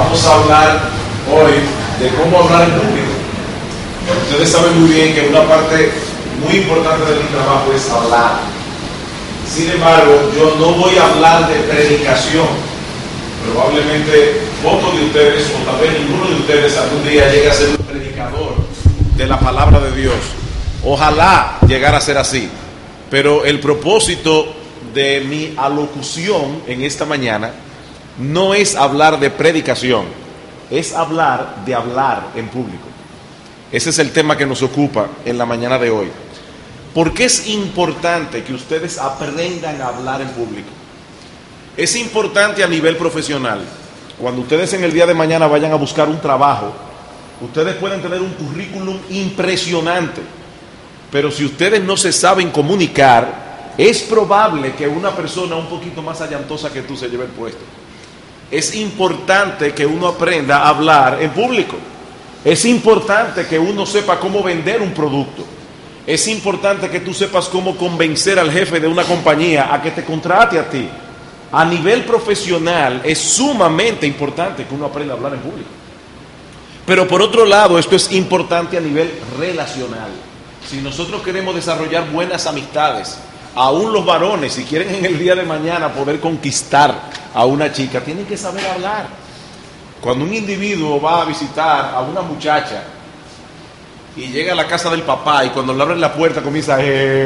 Vamos a hablar hoy de cómo hablar en público. Ustedes saben muy bien que una parte muy importante de mi trabajo es hablar. Sin embargo, yo no voy a hablar de predicación. Probablemente pocos de ustedes, o tal vez ninguno de ustedes algún día llegue a ser un predicador de la palabra de Dios. Ojalá llegara a ser así. Pero el propósito de mi alocución en esta mañana no es hablar de predicación, es hablar de hablar en público. Ese es el tema que nos ocupa en la mañana de hoy. ¿Por qué es importante que ustedes aprendan a hablar en público? Es importante a nivel profesional. Cuando ustedes en el día de mañana vayan a buscar un trabajo, ustedes pueden tener un currículum impresionante, pero si ustedes no se saben comunicar, es probable que una persona un poquito más allantosa que tú se lleve el puesto. Es importante que uno aprenda a hablar en público. Es importante que uno sepa cómo vender un producto. Es importante que tú sepas cómo convencer al jefe de una compañía a que te contrate a ti. A nivel profesional es sumamente importante que uno aprenda a hablar en público. Pero por otro lado, esto es importante a nivel relacional. Si nosotros queremos desarrollar buenas amistades, aún los varones, si quieren en el día de mañana poder conquistar a una chica, tienen que saber hablar. Cuando un individuo va a visitar a una muchacha y llega a la casa del papá y cuando le abren la puerta comienza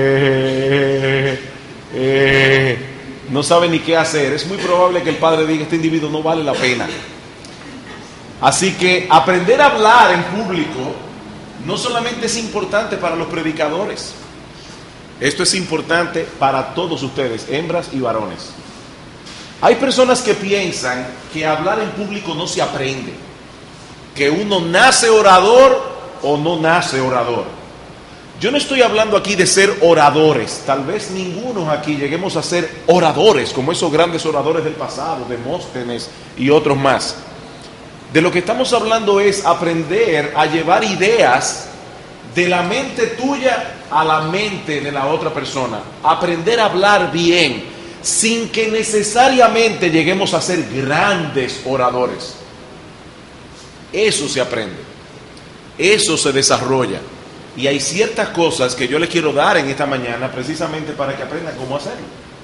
no sabe ni qué hacer, es muy probable que el padre diga: este individuo no vale la pena. Así que aprender a hablar en público no solamente es importante para los predicadores, esto es importante para todos ustedes, hembras y varones. Hay personas que piensan que hablar en público no se aprende, que uno nace orador o no nace orador. Yo no estoy hablando aquí de ser oradores, tal vez ninguno aquí lleguemos a ser oradores, como esos grandes oradores del pasado, Demóstenes y otros más. De lo que estamos hablando es aprender a llevar ideas de la mente tuya a la mente de la otra persona. Aprender a hablar bien, sin que necesariamente lleguemos a ser grandes oradores. Eso se aprende, eso se desarrolla. Y hay ciertas cosas que yo les quiero dar en esta mañana precisamente para que aprendan cómo hacerlo.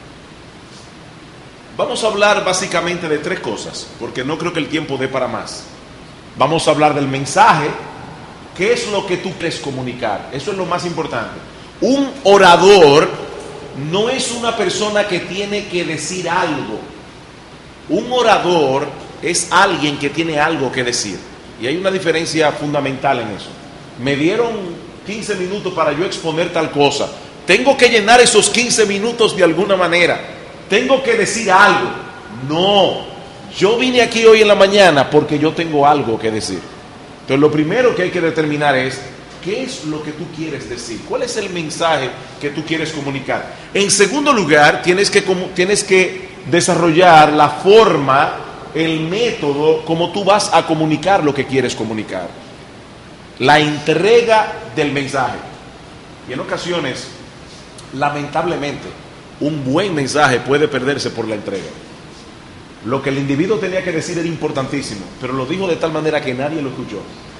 Vamos a hablar básicamente de tres cosas, porque no creo que el tiempo dé para más. Vamos a hablar del mensaje. ¿Qué es lo que tú quieres comunicar? Eso es lo más importante. Un orador no es una persona que tiene que decir algo. Un orador es alguien que tiene algo que decir. Y hay una diferencia fundamental en eso. Me dieron 15 minutos para yo exponer tal cosa. Tengo que llenar esos 15 minutos de alguna manera. Tengo que decir algo. No, yo vine aquí hoy en la mañana porque yo tengo algo que decir. Entonces lo primero que hay que determinar es ¿qué es lo que tú quieres decir? ¿Cuál es el mensaje que tú quieres comunicar? En segundo lugar, tienes que desarrollar la forma, el método, como tú vas a comunicar lo que quieres comunicar. La entrega del mensaje. Y en ocasiones, lamentablemente, un buen mensaje puede perderse por la entrega. Lo que el individuo tenía que decir era importantísimo, pero lo dijo de tal manera que nadie lo escuchó.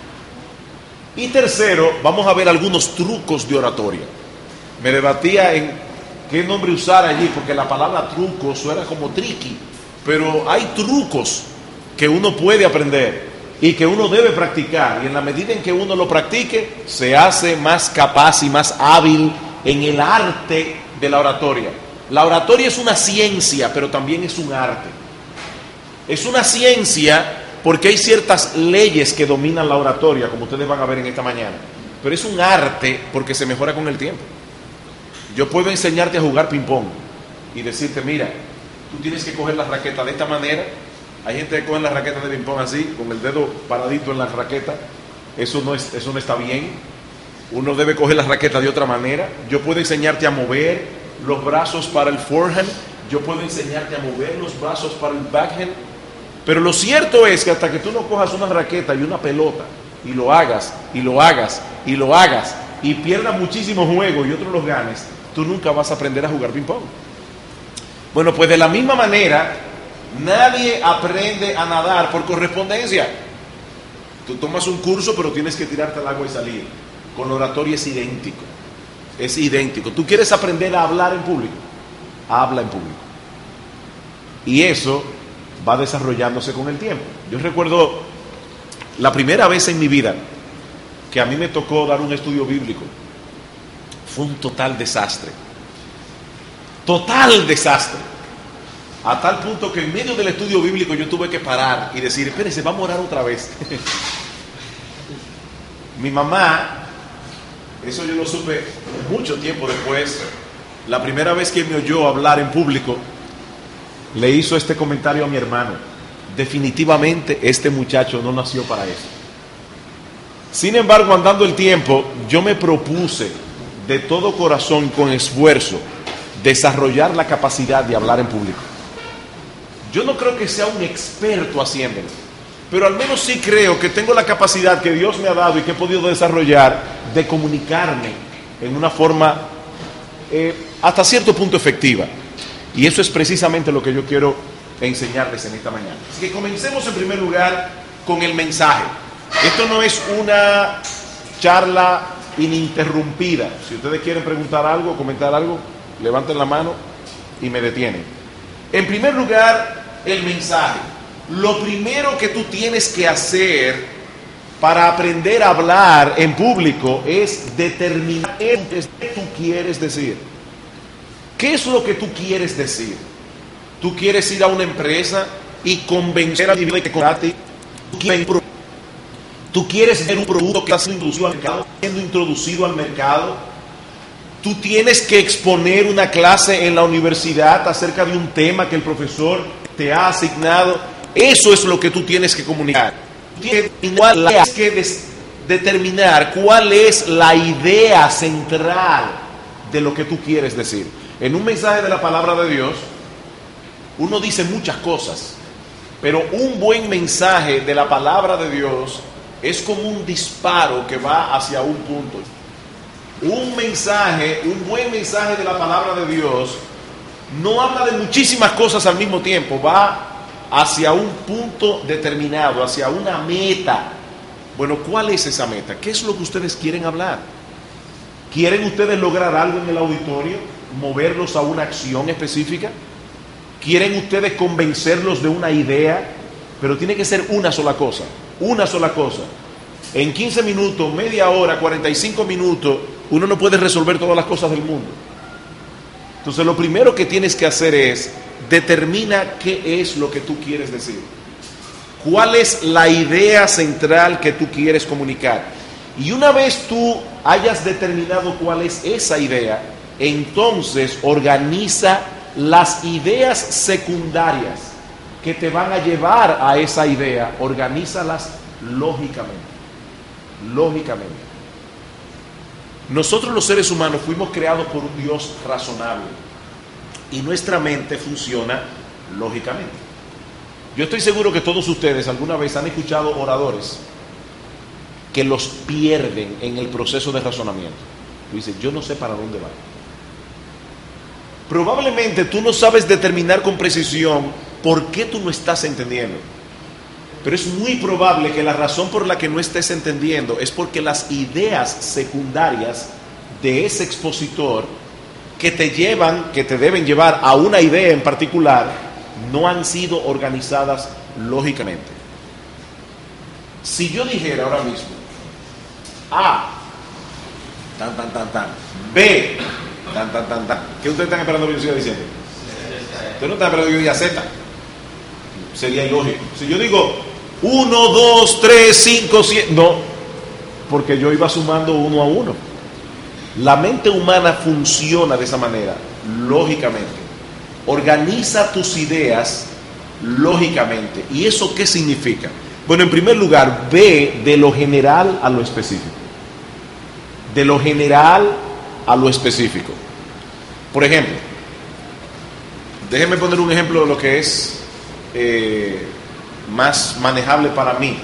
Y tercero, vamos a ver algunos trucos de oratoria. Me debatía en qué nombre usar allí, porque la palabra truco suena como tricky, pero hay trucos que uno puede aprender y que uno debe practicar, y en la medida en que uno lo practique, se hace más capaz y más hábil en el arte de la oratoria. La oratoria es una ciencia, pero también es un arte. Es una ciencia porque hay ciertas leyes que dominan la oratoria, como ustedes van a ver en esta mañana. Pero es un arte porque se mejora con el tiempo. Yo puedo enseñarte a jugar ping-pong y decirte: mira, tú tienes que coger la raqueta de esta manera. Hay gente que coge la raqueta de ping-pong así, con el dedo paradito en la raqueta. Eso no está bien. Uno debe coger la raqueta de otra manera. Yo puedo enseñarte a mover los brazos para el forehand. Yo puedo enseñarte a mover los brazos para el backhand. Pero lo cierto es que hasta que tú no cojas una raqueta y una pelota y lo hagas, y lo hagas, y lo hagas, y pierdas muchísimos juegos y otros los ganes, tú nunca vas a aprender a jugar ping-pong. Bueno, pues de la misma manera, Nadie aprende a nadar por correspondencia. Tú tomas un curso, pero tienes que tirarte al agua y salir. Con la oratoria es idéntico. Es idéntico. ¿Tú quieres aprender a hablar en público? Habla en público. Y eso va desarrollándose con el tiempo. Yo recuerdo la primera vez en mi vida que a mí me tocó dar un estudio bíblico. Fue un total desastre. Total desastre. A tal punto que en medio del estudio bíblico yo tuve que parar y decir, espérense, vamos a orar otra vez. Mi mamá, eso yo lo supe mucho tiempo después, la primera vez que me oyó hablar en público, le hizo este comentario a mi hermano: definitivamente este muchacho no nació para eso. Sin embargo, andando el tiempo, yo me propuse de todo corazón, con esfuerzo, desarrollar la capacidad de hablar en público. Yo no creo que sea un experto haciéndolo, pero al menos sí creo que tengo la capacidad que Dios me ha dado y que he podido desarrollar de comunicarme en una forma hasta cierto punto efectiva. Y eso es precisamente lo que yo quiero enseñarles en esta mañana. Así que comencemos en primer lugar con el mensaje. Esto no es una charla ininterrumpida. Si ustedes quieren preguntar algo, comentar algo, levanten la mano y me detienen. En primer lugar, el mensaje. Lo primero que tú tienes que hacer para aprender a hablar en público es determinar qué tú quieres decir. ¿Qué es lo que tú quieres decir? ¿Tú quieres ir a una empresa y convencer al individuo de que contrate? ¿Tú quieres ver un producto que está siendo introducido al mercado? ¿Tú tienes que exponer una clase en la universidad acerca de un tema que el profesor te ha asignado? Eso es lo que tú tienes que comunicar. Tienes que determinar cuál es la idea central de lo que tú quieres decir. En un mensaje de la palabra de Dios, uno dice muchas cosas, pero un buen mensaje de la palabra de Dios es como un disparo que va hacia un punto. Un buen mensaje de la palabra de Dios no habla de muchísimas cosas al mismo tiempo, va hacia un punto determinado, hacia una meta. Bueno, ¿cuál es esa meta? ¿Qué es lo que ustedes quieren hablar? ¿Quieren ustedes lograr algo en el auditorio? ¿Moverlos a una acción específica? ¿Quieren ustedes convencerlos de una idea? Pero tiene que ser una sola cosa. Una sola cosa. En 15 minutos, media hora, 45 minutos, uno no puede resolver todas las cosas del mundo. Entonces, lo primero que tienes que hacer es determina qué es lo que tú quieres decir. ¿Cuál es la idea central que tú quieres comunicar? Y una vez tú hayas determinado cuál es esa idea, entonces organiza las ideas secundarias que te van a llevar a esa idea, organízalas lógicamente. Lógicamente. Nosotros los seres humanos fuimos creados por un Dios razonable y nuestra mente funciona lógicamente. Yo estoy seguro que todos ustedes alguna vez han escuchado oradores que los pierden en el proceso de razonamiento. Tú dices, yo no sé para dónde va. Probablemente tú no sabes determinar con precisión por qué tú no estás entendiendo. Pero es muy probable que la razón por la que no estés entendiendo es porque las ideas secundarias de ese expositor que te deben llevar a una idea en particular, no han sido organizadas lógicamente. Si yo dijera ahora mismo A, tan, tan, tan, tan, B, tan, tan, tan, tan, ¿qué ustedes están esperando que yo siga diciendo? Ustedes no están esperando que yo diga Z. Sería ilógico. Si yo digo 1, 2, 3, 5, 7, no, porque yo iba sumando uno a uno. La mente humana funciona de esa manera, lógicamente. Organiza tus ideas lógicamente. ¿Y eso qué significa? Bueno, en primer lugar, ve de lo general a lo específico. De lo general a lo específico. Por ejemplo, déjenme poner un ejemplo de lo que es más manejable para mí.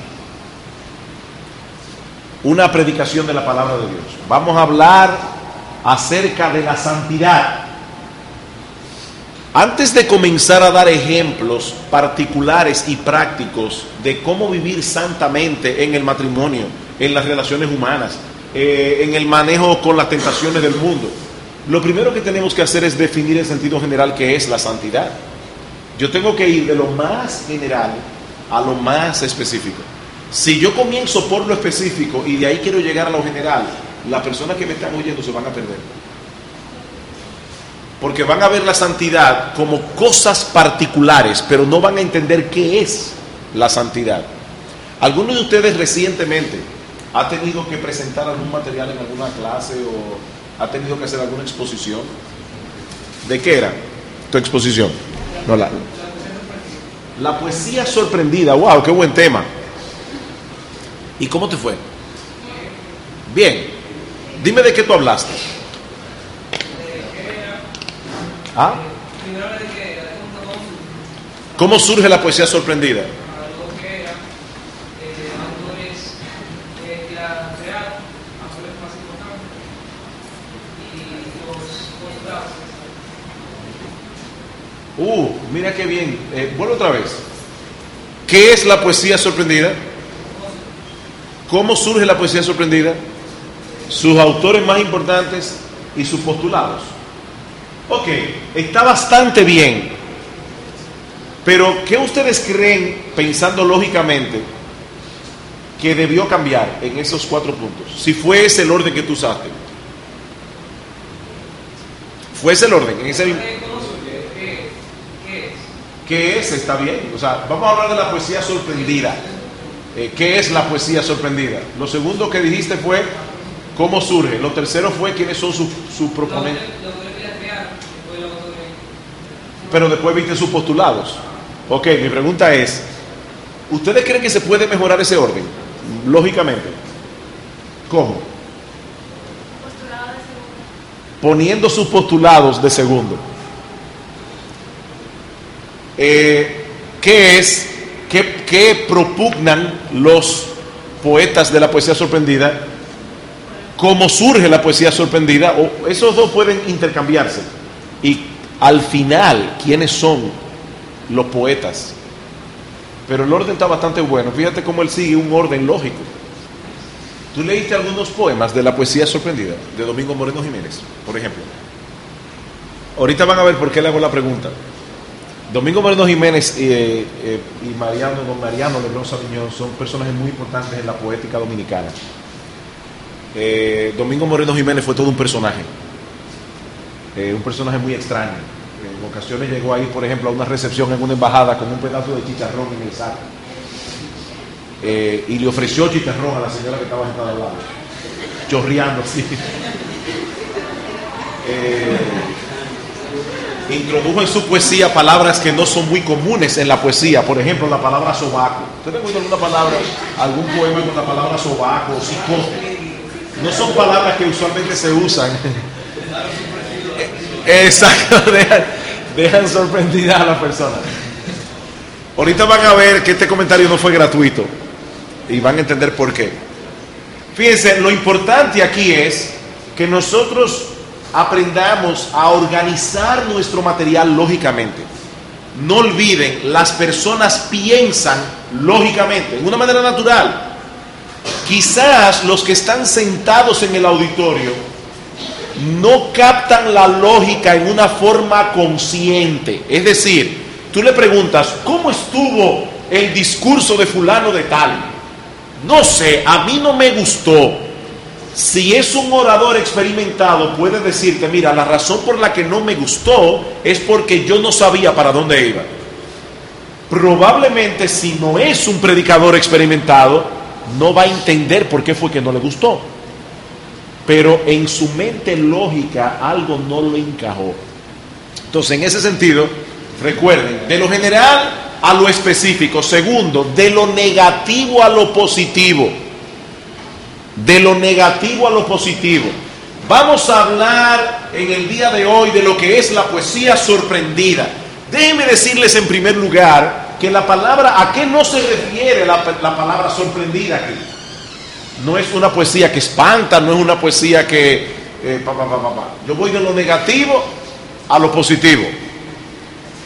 Una predicación de la palabra de Dios. Vamos a hablar acerca de la santidad. Antes de comenzar a dar ejemplos particulares y prácticos de cómo vivir santamente en el matrimonio, en las relaciones humanas, en el manejo con las tentaciones del mundo, lo primero que tenemos que hacer es definir en sentido general qué es la santidad. Yo tengo que ir de lo más general a lo más específico. Si yo comienzo por lo específico y de ahí quiero llegar a lo general, las personas que me están oyendo se van a perder. Porque van a ver la santidad como cosas particulares, pero no van a entender qué es la santidad. ¿Alguno de ustedes recientemente ha tenido que presentar algún material en alguna clase o ha tenido que hacer alguna exposición? ¿De qué era tu exposición? No, la poesía sorprendida. ¡Wow! ¡Qué buen tema! ¿Y cómo te fue? Bien. Dime de qué tú hablaste. ¿Ah? ¿Cómo surge la poesía sorprendida? Mira qué bien. Vuelvo otra vez. ¿Qué es la poesía sorprendida? ¿Cómo surge la poesía sorprendida? Sus autores más importantes y sus postulados. Ok, está bastante bien. Pero ¿qué ustedes creen, pensando lógicamente, que debió cambiar en esos 4 puntos? Si fue ese el orden que tú usaste. ¿Fue ese el orden? En ese... ¿Qué es? Está bien. O sea, vamos a hablar de la poesía sorprendida. ¿Qué es la poesía sorprendida? Lo segundo que dijiste fue cómo surge. Lo tercero fue quiénes son sus proponentes. Pero después viste sus postulados. Ok, mi pregunta es, ¿ustedes creen que se puede mejorar ese orden? Lógicamente. ¿Cómo? Poniendo sus postulados de segundo. ¿Qué es? ¿Qué propugnan los poetas de la poesía sorprendida? ¿Cómo surge la poesía sorprendida? O esos dos pueden intercambiarse. Y al final, ¿quiénes son los poetas? Pero el orden está bastante bueno. Fíjate cómo él sigue un orden lógico. ¿Tú leíste algunos poemas de la poesía sorprendida? De Domingo Moreno Jiménez, por ejemplo. Ahorita van a ver por qué le hago la pregunta. Domingo Moreno Jiménez y don Mariano Lebrón Sabiñón son personajes muy importantes en la poética dominicana. Domingo Moreno Jiménez fue todo un personaje muy extraño. En ocasiones llegó a ir, por ejemplo, a una recepción en una embajada con un pedazo de chicharrón en el saco, y le ofreció chicharrón a la señora que estaba sentada al lado, chorreando así. Introdujo en su poesía palabras que no son muy comunes en la poesía. Por ejemplo, la palabra sobaco. ¿Ustedes han oído alguna palabra, algún poema con la palabra sobaco o cicote? No son palabras que usualmente se usan. Exacto, dejan sorprendida a la persona. Ahorita van a ver que este comentario no fue gratuito y van a entender por qué. Fíjense, lo importante aquí es que nosotros aprendamos a organizar nuestro material lógicamente. No olviden, las personas piensan lógicamente, de una manera natural. Quizás los que están sentados en el auditorio no captan la lógica en una forma consciente. Es decir, tú le preguntas, ¿cómo estuvo el discurso de fulano de tal? No sé, a mí no me gustó. Si es un orador experimentado, puede decirte, mira, la razón por la que no me gustó es porque yo no sabía para dónde iba. Probablemente si no es un predicador experimentado, no va a entender por qué fue que no le gustó. Pero en su mente lógica algo no lo encajó. Entonces, en ese sentido, recuerden, de lo general a lo específico. Segundo, de lo negativo a lo positivo. De lo negativo a lo positivo. Vamos a hablar en el día de hoy de lo que es la poesía sorprendida. Déjenme decirles en primer lugar que la palabra, ¿a qué no se refiere la palabra sorprendida aquí? No es una poesía que espanta, no es una poesía que... Yo voy de lo negativo a lo positivo.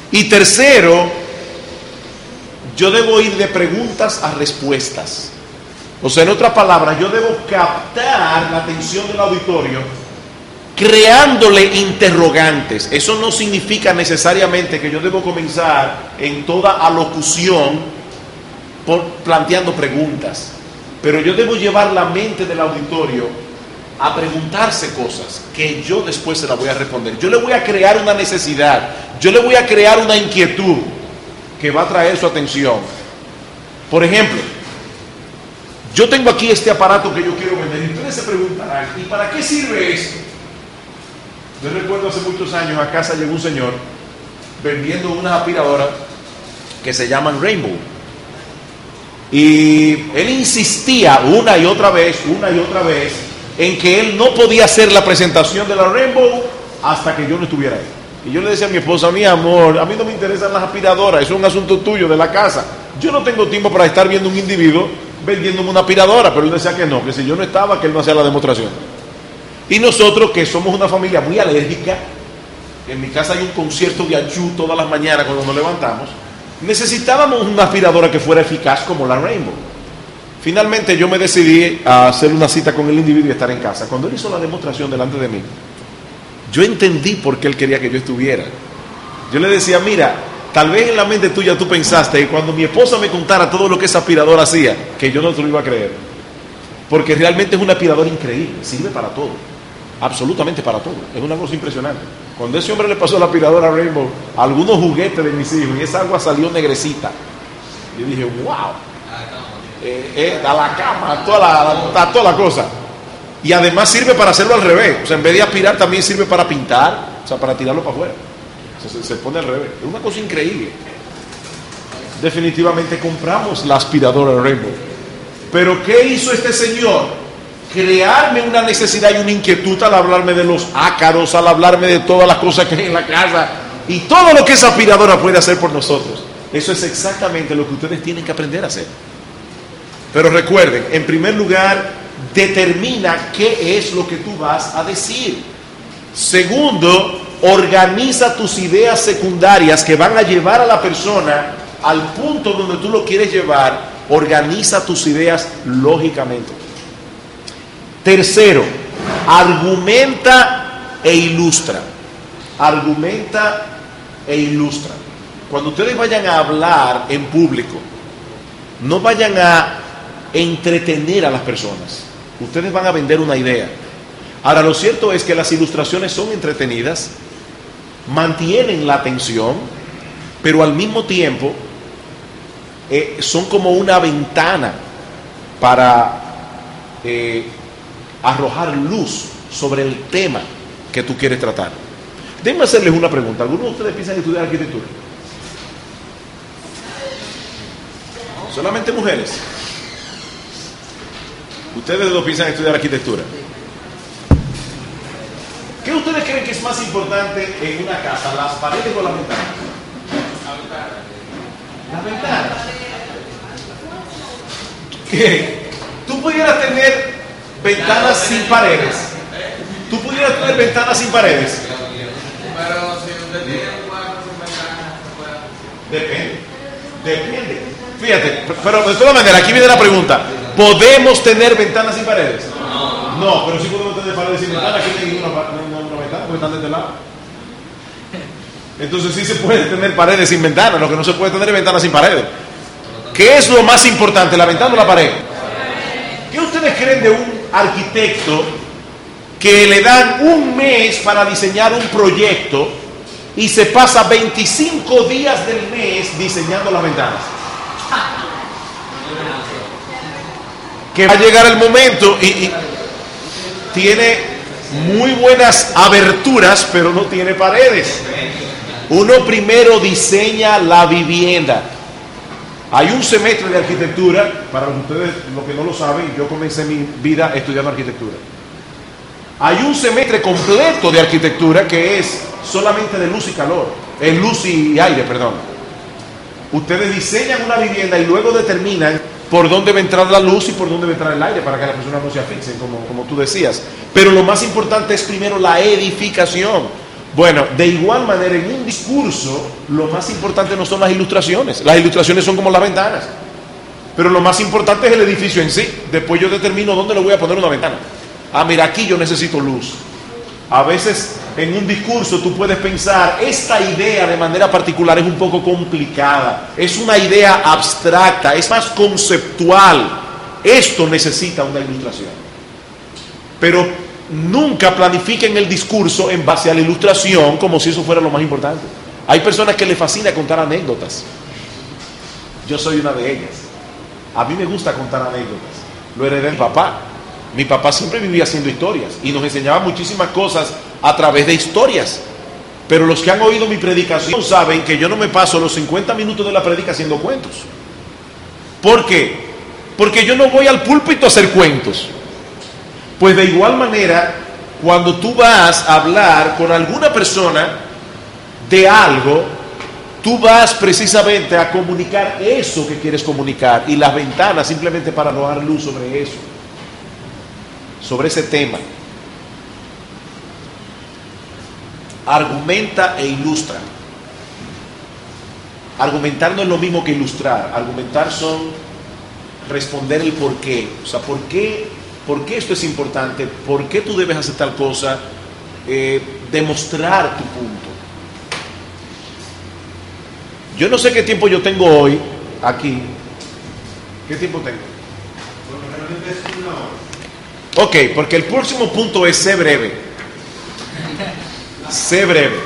Y tercero, yo debo ir de preguntas a respuestas. O sea, en otras palabras, yo debo captar la atención del auditorio creándole interrogantes. Eso no significa necesariamente que yo debo comenzar en toda alocución planteando preguntas. Pero yo debo llevar la mente del auditorio a preguntarse cosas que yo después se las voy a responder. Yo le voy a crear una necesidad, yo le voy a crear una inquietud que va a atraer su atención. Por ejemplo, yo tengo aquí este aparato que yo quiero vender y ustedes se preguntarán, ¿y para qué sirve esto? Yo recuerdo hace muchos años a casa llegó un señor vendiendo unas aspiradoras que se llaman Rainbow. Y él insistía una y otra vez en que él no podía hacer la presentación de la Rainbow hasta que yo no estuviera ahí. Y yo le decía a mi esposa, mi amor, a mí no me interesan las aspiradoras, eso es un asunto tuyo de la casa. Yo no tengo tiempo para estar viendo un individuo vendiéndome una aspiradora, pero él decía que no, que si yo no estaba, que él no hacía la demostración. Y nosotros, que somos una familia muy alérgica, en mi casa hay un concierto de achú todas las mañanas cuando nos levantamos, necesitábamos una aspiradora que fuera eficaz como la Rainbow. Finalmente yo me decidí a hacer una cita con el individuo y estar en casa. Cuando él hizo la demostración delante de mí, yo entendí por qué él quería que yo estuviera. Yo le decía, mira, tal vez en la mente tuya tú pensaste que cuando mi esposa me contara todo lo que esa aspiradora hacía, que yo no te lo iba a creer. Porque realmente es una aspiradora increíble, sirve para todo, absolutamente para todo, es una cosa impresionante. Cuando ese hombre le pasó la aspiradora Rainbow a algunos juguetes de mis hijos y esa agua salió negrecita, yo dije, wow, a la cama, a toda la cosa. Y además sirve para hacerlo al revés, o sea, en vez de aspirar también sirve para pintar, o sea, para tirarlo para afuera, o sea, se pone al revés, es una cosa increíble. Definitivamente compramos la aspiradora Rainbow. Pero ¿qué hizo este señor? Crearme una necesidad y una inquietud al hablarme de los ácaros, al hablarme de todas las cosas que hay en la casa y todo lo que esa aspiradora puede hacer por nosotros. Eso es exactamente lo que ustedes tienen que aprender a hacer. Pero recuerden, en primer lugar, determina qué es lo que tú vas a decir. Segundo, organiza tus ideas secundarias que van a llevar a la persona al punto donde tú lo quieres llevar. Organiza tus ideas lógicamente. Tercero, argumenta e ilustra. Argumenta e ilustra. Cuando ustedes vayan a hablar en público, no vayan a entretener a las personas. Ustedes van a vender una idea. Ahora, lo cierto es que las ilustraciones son entretenidas, mantienen la atención, pero al mismo tiempo son como una ventana para arrojar luz sobre el tema que tú quieres tratar. Déjenme hacerles una pregunta. ¿Algunos de ustedes piensan estudiar arquitectura? ¿Solamente mujeres? ¿Ustedes dos piensan estudiar arquitectura? ¿Qué ustedes creen que es más importante en una casa, las paredes o las ventanas? Las ventanas. ¿Qué? Tú pudieras tener ventanas sin paredes. Tú pudieras tener ventanas sin paredes. Pero si usted tiene un cuarto sin ventanas, Depende. Fíjate, pero de todas maneras, aquí viene la pregunta. ¿Podemos tener ventanas sin paredes? No, pero sí podemos tener paredes sin ventanas. Aquí no hay una ventana porque están de este lado. Entonces sí se puede tener paredes sin ventanas. Lo que no se puede tener es ventanas sin paredes. ¿Qué es lo más importante, la ventana o la pared? ¿Qué ustedes creen de un arquitecto que le dan un mes para diseñar un proyecto y se pasa 25 días del mes diseñando las ventanas? Que va a llegar el momento y tiene muy buenas aberturas, pero no tiene paredes. Uno primero diseña la vivienda. Hay un semestre de arquitectura, para ustedes, los que no lo saben, yo comencé mi vida estudiando arquitectura. Hay un semestre completo de arquitectura que es solamente de luz y calor, luz y aire, perdón. Ustedes diseñan una vivienda y luego determinan por dónde va a entrar la luz y por dónde va a entrar el aire para que las personas no se asfixien, como tú decías. Pero lo más importante es primero la edificación. Bueno, de igual manera, en un discurso, lo más importante no son las ilustraciones. Las ilustraciones son como las ventanas. Pero lo más importante es el edificio en sí. Después yo determino dónde le voy a poner una ventana. Ah, mira, aquí yo necesito luz. A veces en un discurso tú puedes pensar, esta idea de manera particular es un poco complicada. Es una idea abstracta, es más conceptual. Esto necesita una ilustración. Pero nunca planifiquen el discurso en base a la ilustración como si eso fuera lo más importante. Hay personas que les fascina contar anécdotas. Yo soy una de ellas. A mí me gusta contar anécdotas. Lo heredé del papá. Mi papá siempre vivía haciendo historias y nos enseñaba muchísimas cosas a través de historias. Pero los que han oído mi predicación saben que yo no me paso los 50 minutos de la predica haciendo cuentos. ¿Por qué? Porque yo no voy al púlpito a hacer cuentos. Pues de igual manera, cuando tú vas a hablar con alguna persona de algo, tú vas precisamente a comunicar eso que quieres comunicar, y las ventanas simplemente para arrojar luz sobre eso, sobre ese tema. Argumenta e ilustra. Argumentar no es lo mismo que ilustrar. Argumentar son responder el por qué. O sea, ¿por qué esto es importante? ¿Por qué tú debes hacer tal cosa? Demostrar tu punto. Yo no sé qué tiempo yo tengo hoy aquí. ¿Qué tiempo tengo? Ok, porque el próximo punto es sé breve. Sé breve.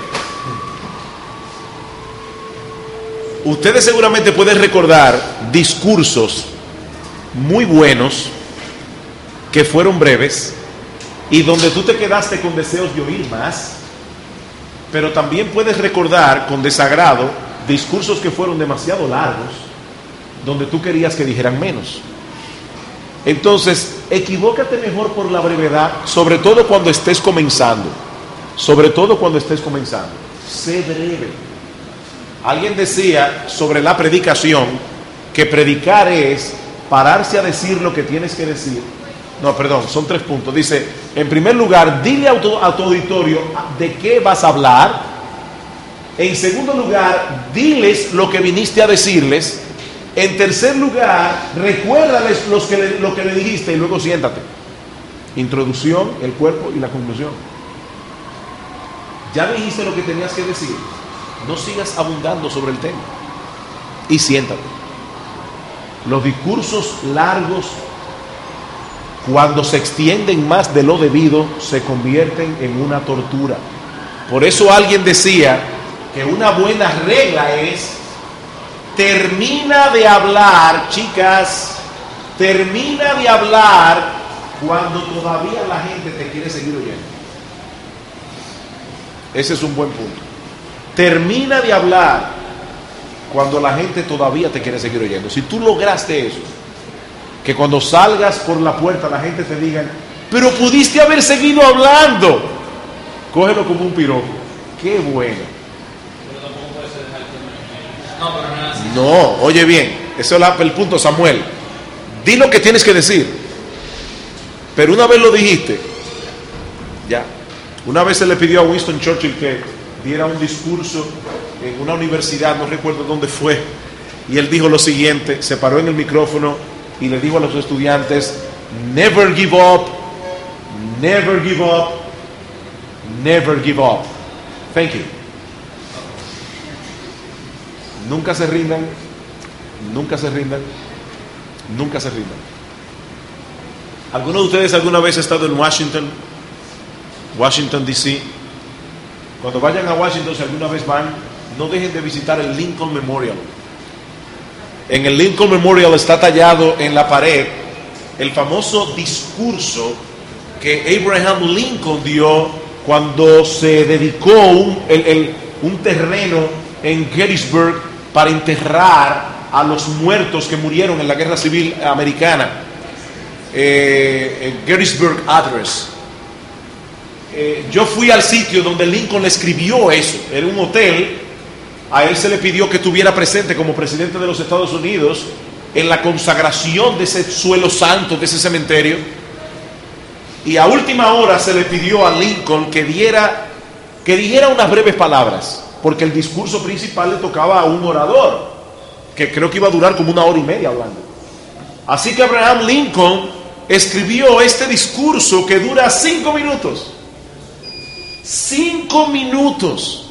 Ustedes seguramente pueden recordar discursos muy buenos que fueron breves y donde tú te quedaste con deseos de oír más, pero también puedes recordar con desagrado discursos que fueron demasiado largos, donde tú querías que dijeran menos. Entonces, equivócate mejor por la brevedad, sobre todo cuando estés comenzando. Sobre todo cuando estés comenzando. Sé breve. Alguien decía sobre la predicación que predicar es pararse a decir lo que tienes que decir. No, perdón, son 3 puntos. Dice, en primer lugar, dile a tu auditorio de qué vas a hablar. En segundo lugar, diles lo que viniste a decirles. En tercer lugar, recuérdales lo que le dijiste y luego siéntate. Introducción, el cuerpo y la conclusión. Ya dijiste lo que tenías que decir. No sigas abundando sobre el tema. Y siéntate. Los discursos largos, cuando se extienden más de lo debido, se convierten en una tortura. Por eso alguien decía que una buena regla es: termina de hablar, chicas, termina de hablar cuando todavía la gente te quiere seguir oyendo. Ese es un buen punto. Termina de hablar cuando la gente todavía te quiere seguir oyendo. Si tú lograste eso, que cuando salgas por la puerta la gente te diga, pero pudiste haber seguido hablando, cógelo como un piropo. Qué bueno. No, oye bien, ese es el punto, Samuel. Di lo que tienes que decir. Pero una vez lo dijiste, ya. Una vez se le pidió a Winston Churchill que diera un discurso en una universidad, no recuerdo dónde fue, y él dijo lo siguiente, se paró en el micrófono y le dijo a los estudiantes: never give up, never give up, never give up. Thank you. Nunca se rindan, nunca se rindan, nunca se rindan. ¿Alguno de ustedes alguna vez ha estado en Washington DC? Cuando vayan a Washington, si alguna vez van, no dejen de visitar el Lincoln Memorial. En el Lincoln Memorial está tallado en la pared el famoso discurso que Abraham Lincoln dio cuando se dedicó un terreno en Gettysburg para enterrar a los muertos que murieron en la Guerra Civil Americana. Gettysburg Address. Yo fui al sitio donde Lincoln le escribió eso. Era un hotel. A él se le pidió que estuviera presente como presidente de los Estados Unidos en la consagración de ese suelo santo, de ese cementerio. Y a última hora se le pidió a Lincoln que diera que dijera unas breves palabras, porque el discurso principal le tocaba a un orador, que creo que iba a durar como 1 hora y media hablando. Así que Abraham Lincoln escribió este discurso que dura 5 minutos. 5 minutos.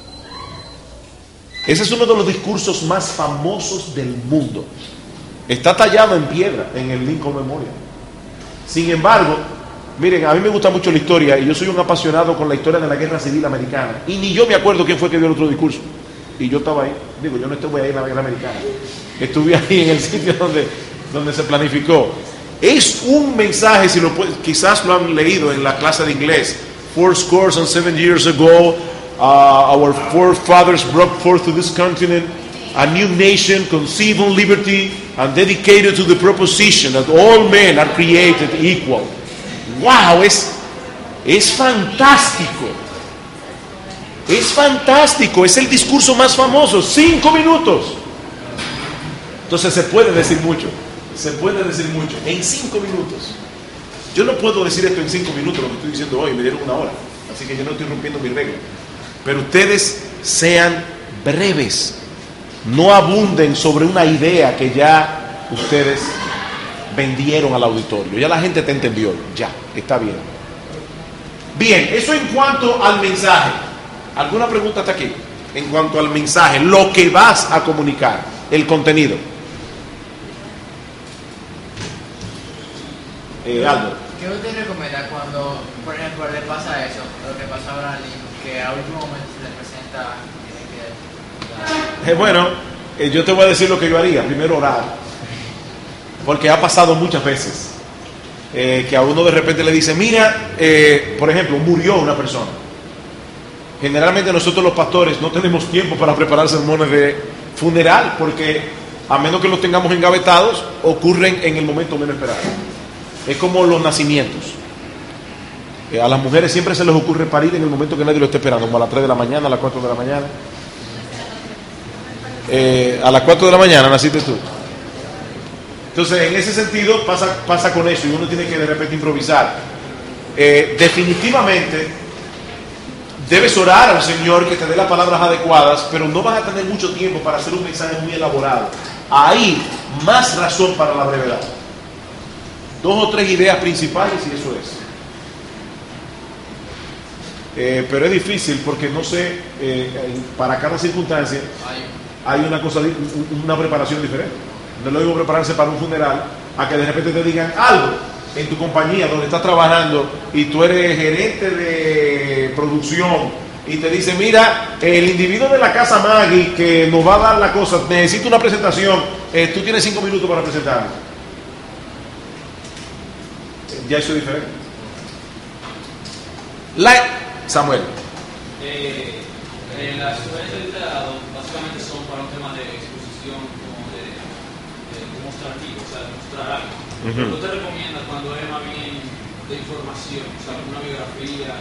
Ese es uno de los discursos más famosos del mundo. Está tallado en piedra en el Lincoln Memorial. Sin embargo, miren, a mí me gusta mucho la historia y yo soy un apasionado con la historia de la Guerra Civil Americana. Y ni yo me acuerdo quién fue que dio el otro discurso. Y yo estaba ahí. Digo, yo no estuve ahí en la Guerra Americana. Estuve ahí en el sitio donde se planificó. Es un mensaje, quizás lo han leído en la clase de inglés. 407 years ago, our forefathers brought forth to this continent a new nation conceived on liberty and dedicated to the proposition that all men are created equal. ¡Wow! Es fantástico. Es fantástico. Es el discurso más famoso. 5 minutos. Entonces se puede decir mucho. Se puede decir mucho. En 5 minutos. Yo no puedo decir esto en 5 minutos, lo que estoy diciendo hoy. Me dieron 1 hora. Así que yo no estoy rompiendo mi regla. Pero ustedes sean breves. No abunden sobre una idea que ya ustedes vendieron al auditorio. Ya la gente te entendió. Ya, está bien. Bien, eso en cuanto al mensaje. ¿Alguna pregunta hasta aquí? En cuanto al mensaje, lo que vas a comunicar, el contenido. Aldo. ¿Qué usted recomienda cuando, por ejemplo, le pasa eso, lo que pasa ahora, que a último momento se le presenta, Bueno, yo te voy a decir lo que yo haría. Primero orar, porque ha pasado muchas veces que a uno de repente le dice, mira, por ejemplo, murió una persona. Generalmente nosotros los pastores no tenemos tiempo para preparar sermones de funeral, porque a menos que los tengamos engavetados, ocurren en el momento menos esperado. Es como los nacimientos. A las mujeres siempre se les ocurre parir en el momento que nadie lo esté esperando, como a las 3 de la mañana, a las 4 de la mañana. A las 4 de la mañana naciste tú. Entonces, en ese sentido pasa con eso, y uno tiene que de repente improvisar. Definitivamente debes orar al Señor que te dé las palabras adecuadas, pero no vas a tener mucho tiempo para hacer un mensaje muy elaborado. Ahí, más razón para la brevedad. 2 o 3 ideas principales y eso es. Pero es difícil porque no sé, para cada circunstancia hay una preparación diferente. No lo digo prepararse para un funeral, a que de repente te digan algo en tu compañía donde estás trabajando y tú eres gerente de producción y te dice, mira, el individuo de la casa Maggie que nos va a dar la cosa, necesita una presentación, tú tienes 5 minutos para presentarlo. Ya eso es diferente. Samuel. Las sesiones de liderado básicamente son para un tema de exposición, como de demostrativo, o sea, demostrar algo. ¿Qué te recomienda cuando es más bien de información, o sea, una biografía?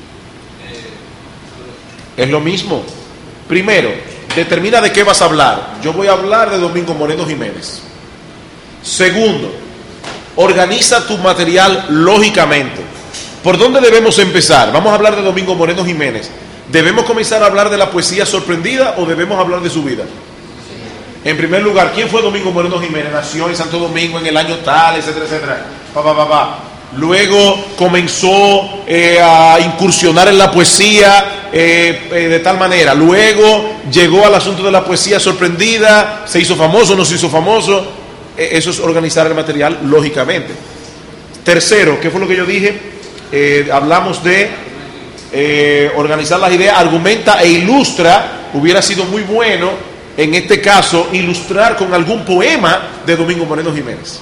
Es lo mismo. Primero, determina de qué vas a hablar. Yo voy a hablar de Domingo Moreno Jiménez. Segundo, organiza tu material lógicamente. ¿Por dónde debemos empezar? Vamos a hablar de Domingo Moreno Jiménez. ¿Debemos comenzar a hablar de la poesía sorprendida o debemos hablar de su vida? En primer lugar, ¿quién fue Domingo Moreno Jiménez? Nació en Santo Domingo en el año tal, etcétera, etcétera. Luego comenzó a incursionar en la poesía de tal manera. Luego llegó al asunto de la poesía sorprendida, se hizo famoso, no se hizo famoso. Eso es organizar el material lógicamente. Tercero, ¿qué fue lo que yo dije? Hablamos de organizar las ideas, argumenta e ilustra. Hubiera sido muy bueno, en este caso, ilustrar con algún poema de Domingo Moreno Jiménez.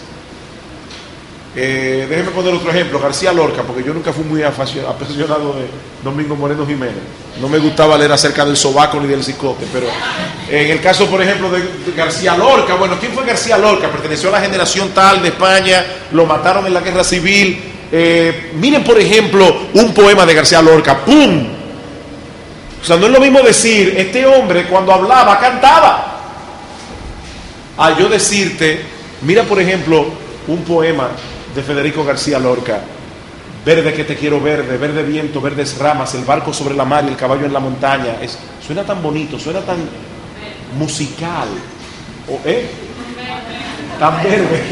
Déjenme poner otro ejemplo, García Lorca, porque yo nunca fui muy apasionado de Domingo Moreno Jiménez. No me gustaba leer acerca del sobaco ni del cicote, pero en el caso, por ejemplo, de García Lorca, bueno, ¿quién fue García Lorca? Perteneció a la generación tal de España, lo mataron en la Guerra Civil. Miren, por ejemplo, un poema de García Lorca, ¡pum! O sea, no es lo mismo decir, este hombre cuando hablaba, cantaba, a yo decirte, mira, por ejemplo, un poema de Federico García Lorca, Verde que te quiero verde, verde viento, verdes ramas, el barco sobre la mar y el caballo en la montaña. Suena tan bonito, suena tan musical. Tan verde.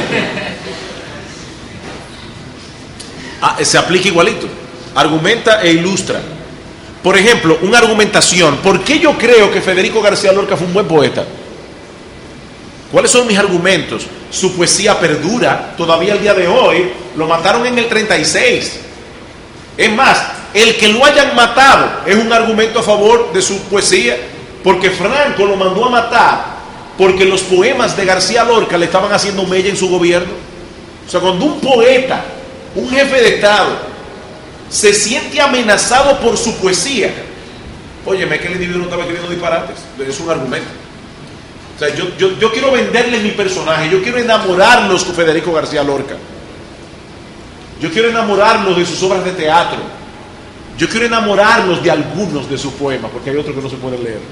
Se aplica igualito. Argumenta e ilustra. Por ejemplo, una argumentación. ¿Por qué yo creo que Federico García Lorca fue un buen poeta? ¿Cuáles son mis argumentos? Su poesía perdura todavía el día de hoy. Lo mataron en el 36. Es más, el que lo hayan matado es un argumento a favor de su poesía, porque Franco lo mandó a matar porque los poemas de García Lorca le estaban haciendo mella en su gobierno. O sea, cuando un poeta, un jefe de Estado, se siente amenazado por su poesía, óyeme, que el individuo no estaba escribiendo disparates. Es un argumento. O sea, yo quiero venderles mi personaje, yo quiero enamorarlos con Federico García Lorca. Yo quiero enamorarlos de sus obras de teatro. Yo quiero enamorarlos de algunos de sus poemas, porque hay otros que no se pueden leer.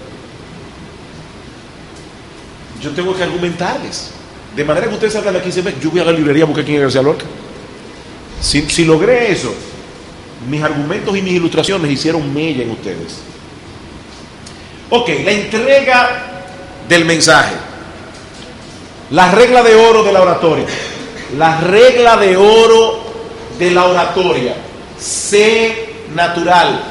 Yo tengo que argumentarles. De manera que ustedes salgan de aquí y se ven, yo voy a la librería a buscar quién es García Lorca. Si logré eso, mis argumentos y mis ilustraciones hicieron mella en ustedes. Ok, la entrega del mensaje. La regla de oro de la oratoria. La regla de oro de la oratoria. Sé natural.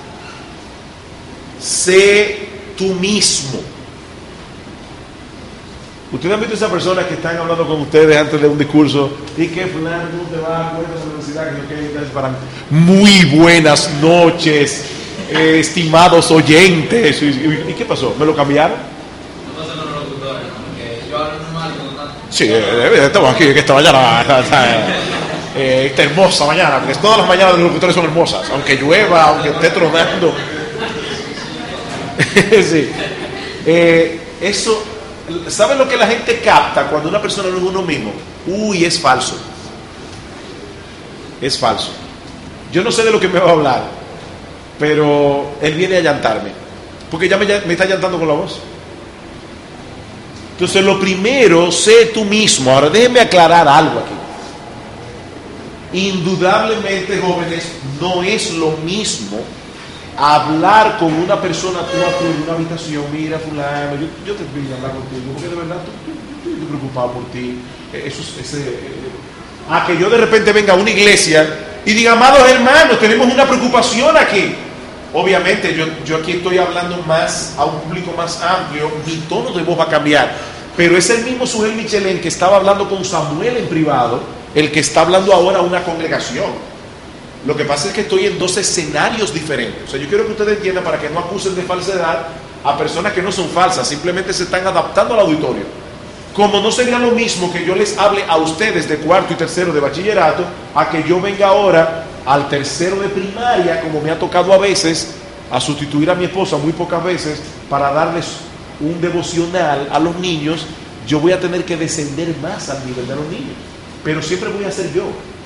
Sé tú mismo. Ustedes han visto a esas personas que están hablando con ustedes antes de un discurso y que fulano, ¿cómo te va? Cuéntame la universidad, que para muy buenas noches, estimados oyentes. ¿Y qué pasó? ¿Me lo cambiaron? No pasa con los locutores, porque yo hablo normal, no. Sí, estamos aquí, que esta mañana esta hermosa mañana, porque todas las mañanas de los locutores son hermosas, aunque llueva, aunque esté tronando. Sí. Eso, ¿saben lo que la gente capta cuando una persona no es uno mismo? Uy, es falso. Es falso. Yo no sé de lo que me va a hablar, pero él viene a llantarme, porque ya me está llantando con la voz. Entonces, lo primero, sé tú mismo. Ahora, déjenme aclarar algo aquí. Indudablemente, jóvenes, no es lo mismo hablar con una persona tú en una habitación. Mira, fulano, yo te voy a hablar contigo, porque de verdad estoy preocupado por ti. Que yo de repente venga a una iglesia y diga, amados hermanos, tenemos una preocupación aquí. Obviamente yo aquí estoy hablando más a un público más amplio, mi tono de voz va a cambiar, pero es el mismo Sujel Michelén que estaba hablando con Samuel en privado, el que está hablando ahora a una congregación. Lo que pasa es que estoy en dos escenarios diferentes. O sea, yo quiero que ustedes entiendan, para que no acusen de falsedad a personas que no son falsas, simplemente se están adaptando al auditorio. Como no sería lo mismo que yo les hable a ustedes de cuarto y tercero de bachillerato, a que yo venga ahora al tercero de primaria, como me ha tocado a veces, a sustituir a mi esposa muy pocas veces, para darles un devocional a los niños. Yo voy a tener que descender más al nivel de los niños, pero siempre voy a ser yo.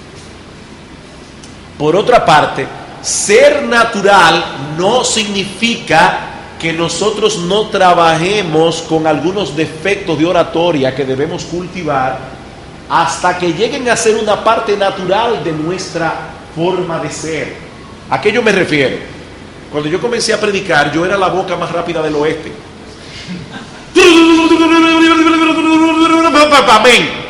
Por otra parte, ser natural no significa que nosotros no trabajemos con algunos defectos de oratoria que debemos cultivar hasta que lleguen a ser una parte natural de nuestra forma de ser. ¿A qué yo me refiero? Cuando yo comencé a predicar, yo era la boca más rápida del oeste. Amén.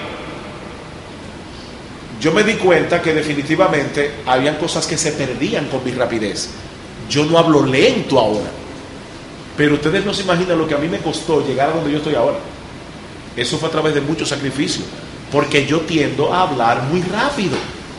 Yo me di cuenta que definitivamente habían cosas que se perdían con mi rapidez. Yo no hablo lento ahora, pero ustedes no se imaginan lo que a mí me costó llegar a donde yo estoy ahora. Eso fue a través de mucho sacrificio, porque yo tiendo a hablar muy rápido.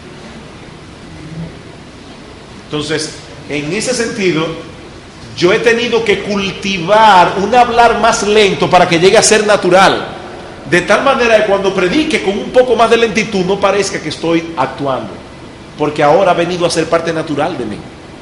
Entonces, en ese sentido, yo he tenido que cultivar un hablar más lento para que llegue a ser natural, de tal manera que cuando predique con un poco más de lentitud no parezca que estoy actuando, porque ahora ha venido a ser parte natural de mí.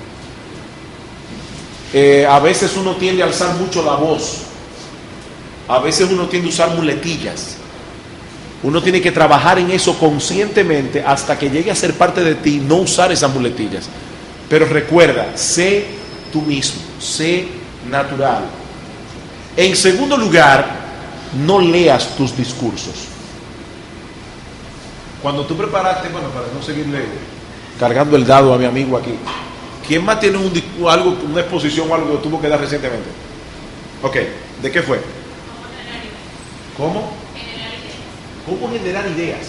A veces uno tiende a alzar mucho la voz, a veces uno tiende a usar muletillas. Uno tiene que trabajar en eso conscientemente hasta que llegue a ser parte de ti, no usar esas muletillas. Pero recuerda, sé tú mismo, sé natural. En segundo lugar, no leas tus discursos. Cuando tú preparaste, para no seguir leyendo, cargando el dado a mi amigo aquí. ¿Quién más tiene algo, una exposición o algo que tuvo que dar recientemente? Ok, ¿de qué fue? ¿Cómo? ¿Cómo generar ideas?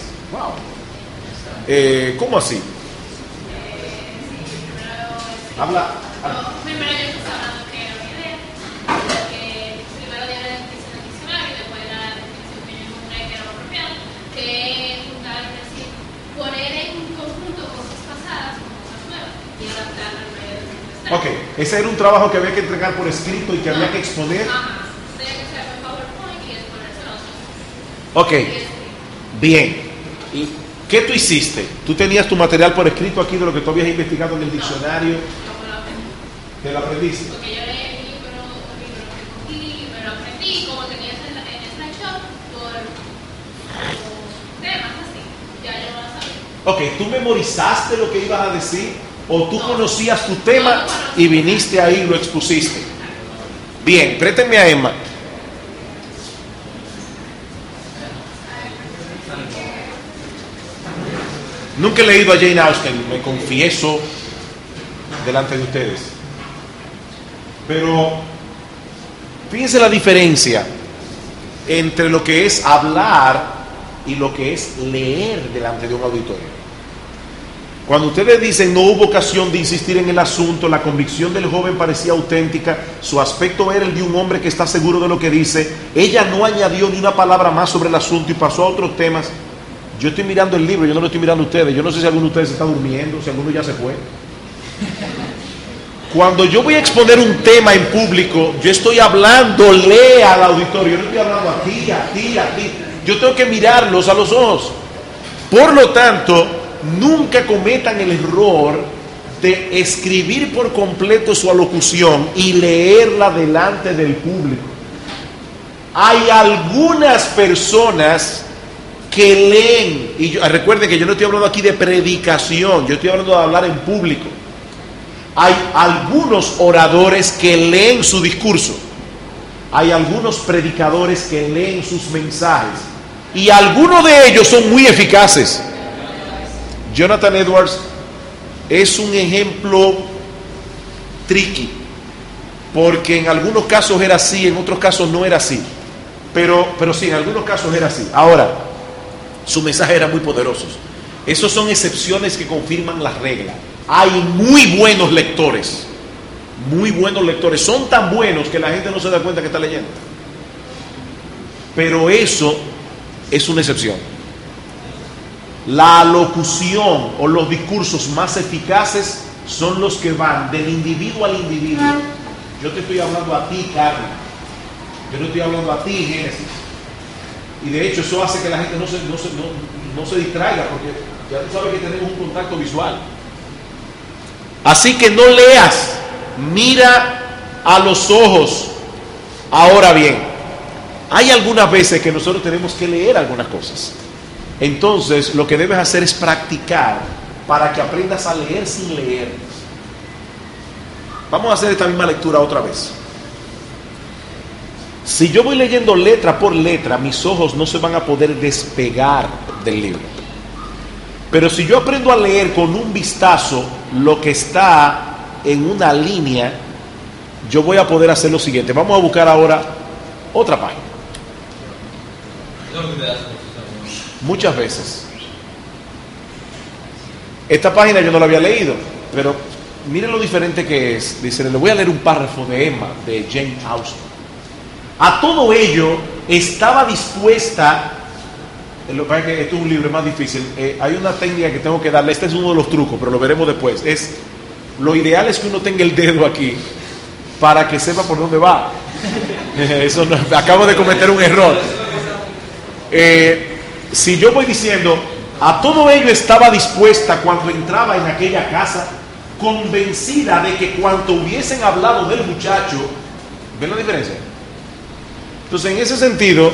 Wow. ¿Cómo así? Habla. Primero yo estaba hablando que era una idea, que primero dio la definición del diccionario, después la definición que yo encontré que era lo apropiado, que es juntar, es decir, poner en conjunto cosas pasadas con cosas nuevas y adaptarlas al medio de nuestra. Ok, ese era un trabajo que había que entregar por escrito y que había que exponer. Ajá, tenía que ser en PowerPoint y exponérselo a nosotros. Ok, bien. ¿Y qué tú hiciste? ¿Tú tenías tu material por escrito aquí de lo que tú habías investigado en el diccionario? ¿Te lo aprendiste? Porque yo leí el libro que cogí, me lo aprendí, como tenía en slideshow, por temas así, ya yo no lo sabía. Ok, ¿tú memorizaste lo que ibas a decir o tú conocías tu tema y viniste ahí y lo expusiste? Bien, présteme a Emma. Nunca he leído a Jane Austen, me confieso delante de ustedes. Pero fíjense la diferencia entre lo que es hablar y lo que es leer delante de un auditorio. Cuando ustedes dicen no hubo ocasión de insistir en el asunto, la convicción del joven parecía auténtica, su aspecto era el de un hombre que está seguro de lo que dice, ella no añadió ni una palabra más sobre el asunto y pasó a otros temas. Yo estoy mirando el libro, yo no lo estoy mirando a ustedes, yo no sé si alguno de ustedes está durmiendo, si alguno ya se fue. Cuando yo voy a exponer un tema en público, yo estoy hablándole al auditorio, yo no estoy hablando a ti, a ti, a ti. Yo tengo que mirarlos a los ojos. Por lo tanto, nunca cometan el error de escribir por completo su alocución y leerla delante del público. Hay algunas personas que leen, y recuerden que yo no estoy hablando aquí de predicación, yo estoy hablando de hablar en público. Hay algunos oradores que leen su discurso, hay algunos predicadores que leen sus mensajes, y algunos de ellos son muy eficaces. Jonathan Edwards es un ejemplo tricky, porque en algunos casos era así, en otros casos no era así, pero sí, en algunos casos era así. Ahora, su mensaje era muy poderoso. Esos son excepciones que confirman la regla. Hay muy buenos lectores, son tan buenos que la gente no se da cuenta que está leyendo. Pero eso es una excepción. La alocución o los discursos más eficaces son los que van del individuo al individuo. Yo te estoy hablando a ti, Carmen. Yo no estoy hablando a ti, Génesis. Y de hecho eso hace que la gente no se distraiga, porque ya tú sabes que tenemos un contacto visual. Así que no leas, mira a los ojos. Ahora bien, hay algunas veces que nosotros tenemos que leer algunas cosas. Entonces lo que debes hacer es practicar para que aprendas a leer sin leer. Vamos a hacer esta misma lectura otra vez. Si yo voy leyendo letra por letra, mis ojos no se van a poder despegar del libro. Pero si yo aprendo a leer con un vistazo lo que está en una línea, yo voy a poder hacer lo siguiente. Vamos a buscar ahora otra página. Muchas veces. Esta página yo no la había leído, pero miren lo diferente que es. Dice, le voy a leer un párrafo de Emma, de Jane Austen. A todo ello estaba dispuesta. Lo que pasa es que esto es un libro más difícil. Hay una técnica que tengo que darle. Este es uno de los trucos, pero lo veremos después. Lo ideal es que uno tenga el dedo aquí para que sepa por dónde va. Eso no, acabo de cometer un error. Si yo voy diciendo, a todo ello estaba dispuesta cuando entraba en aquella casa, convencida de que cuanto hubiesen hablado del muchacho, ¿ven la diferencia? Entonces, en ese sentido,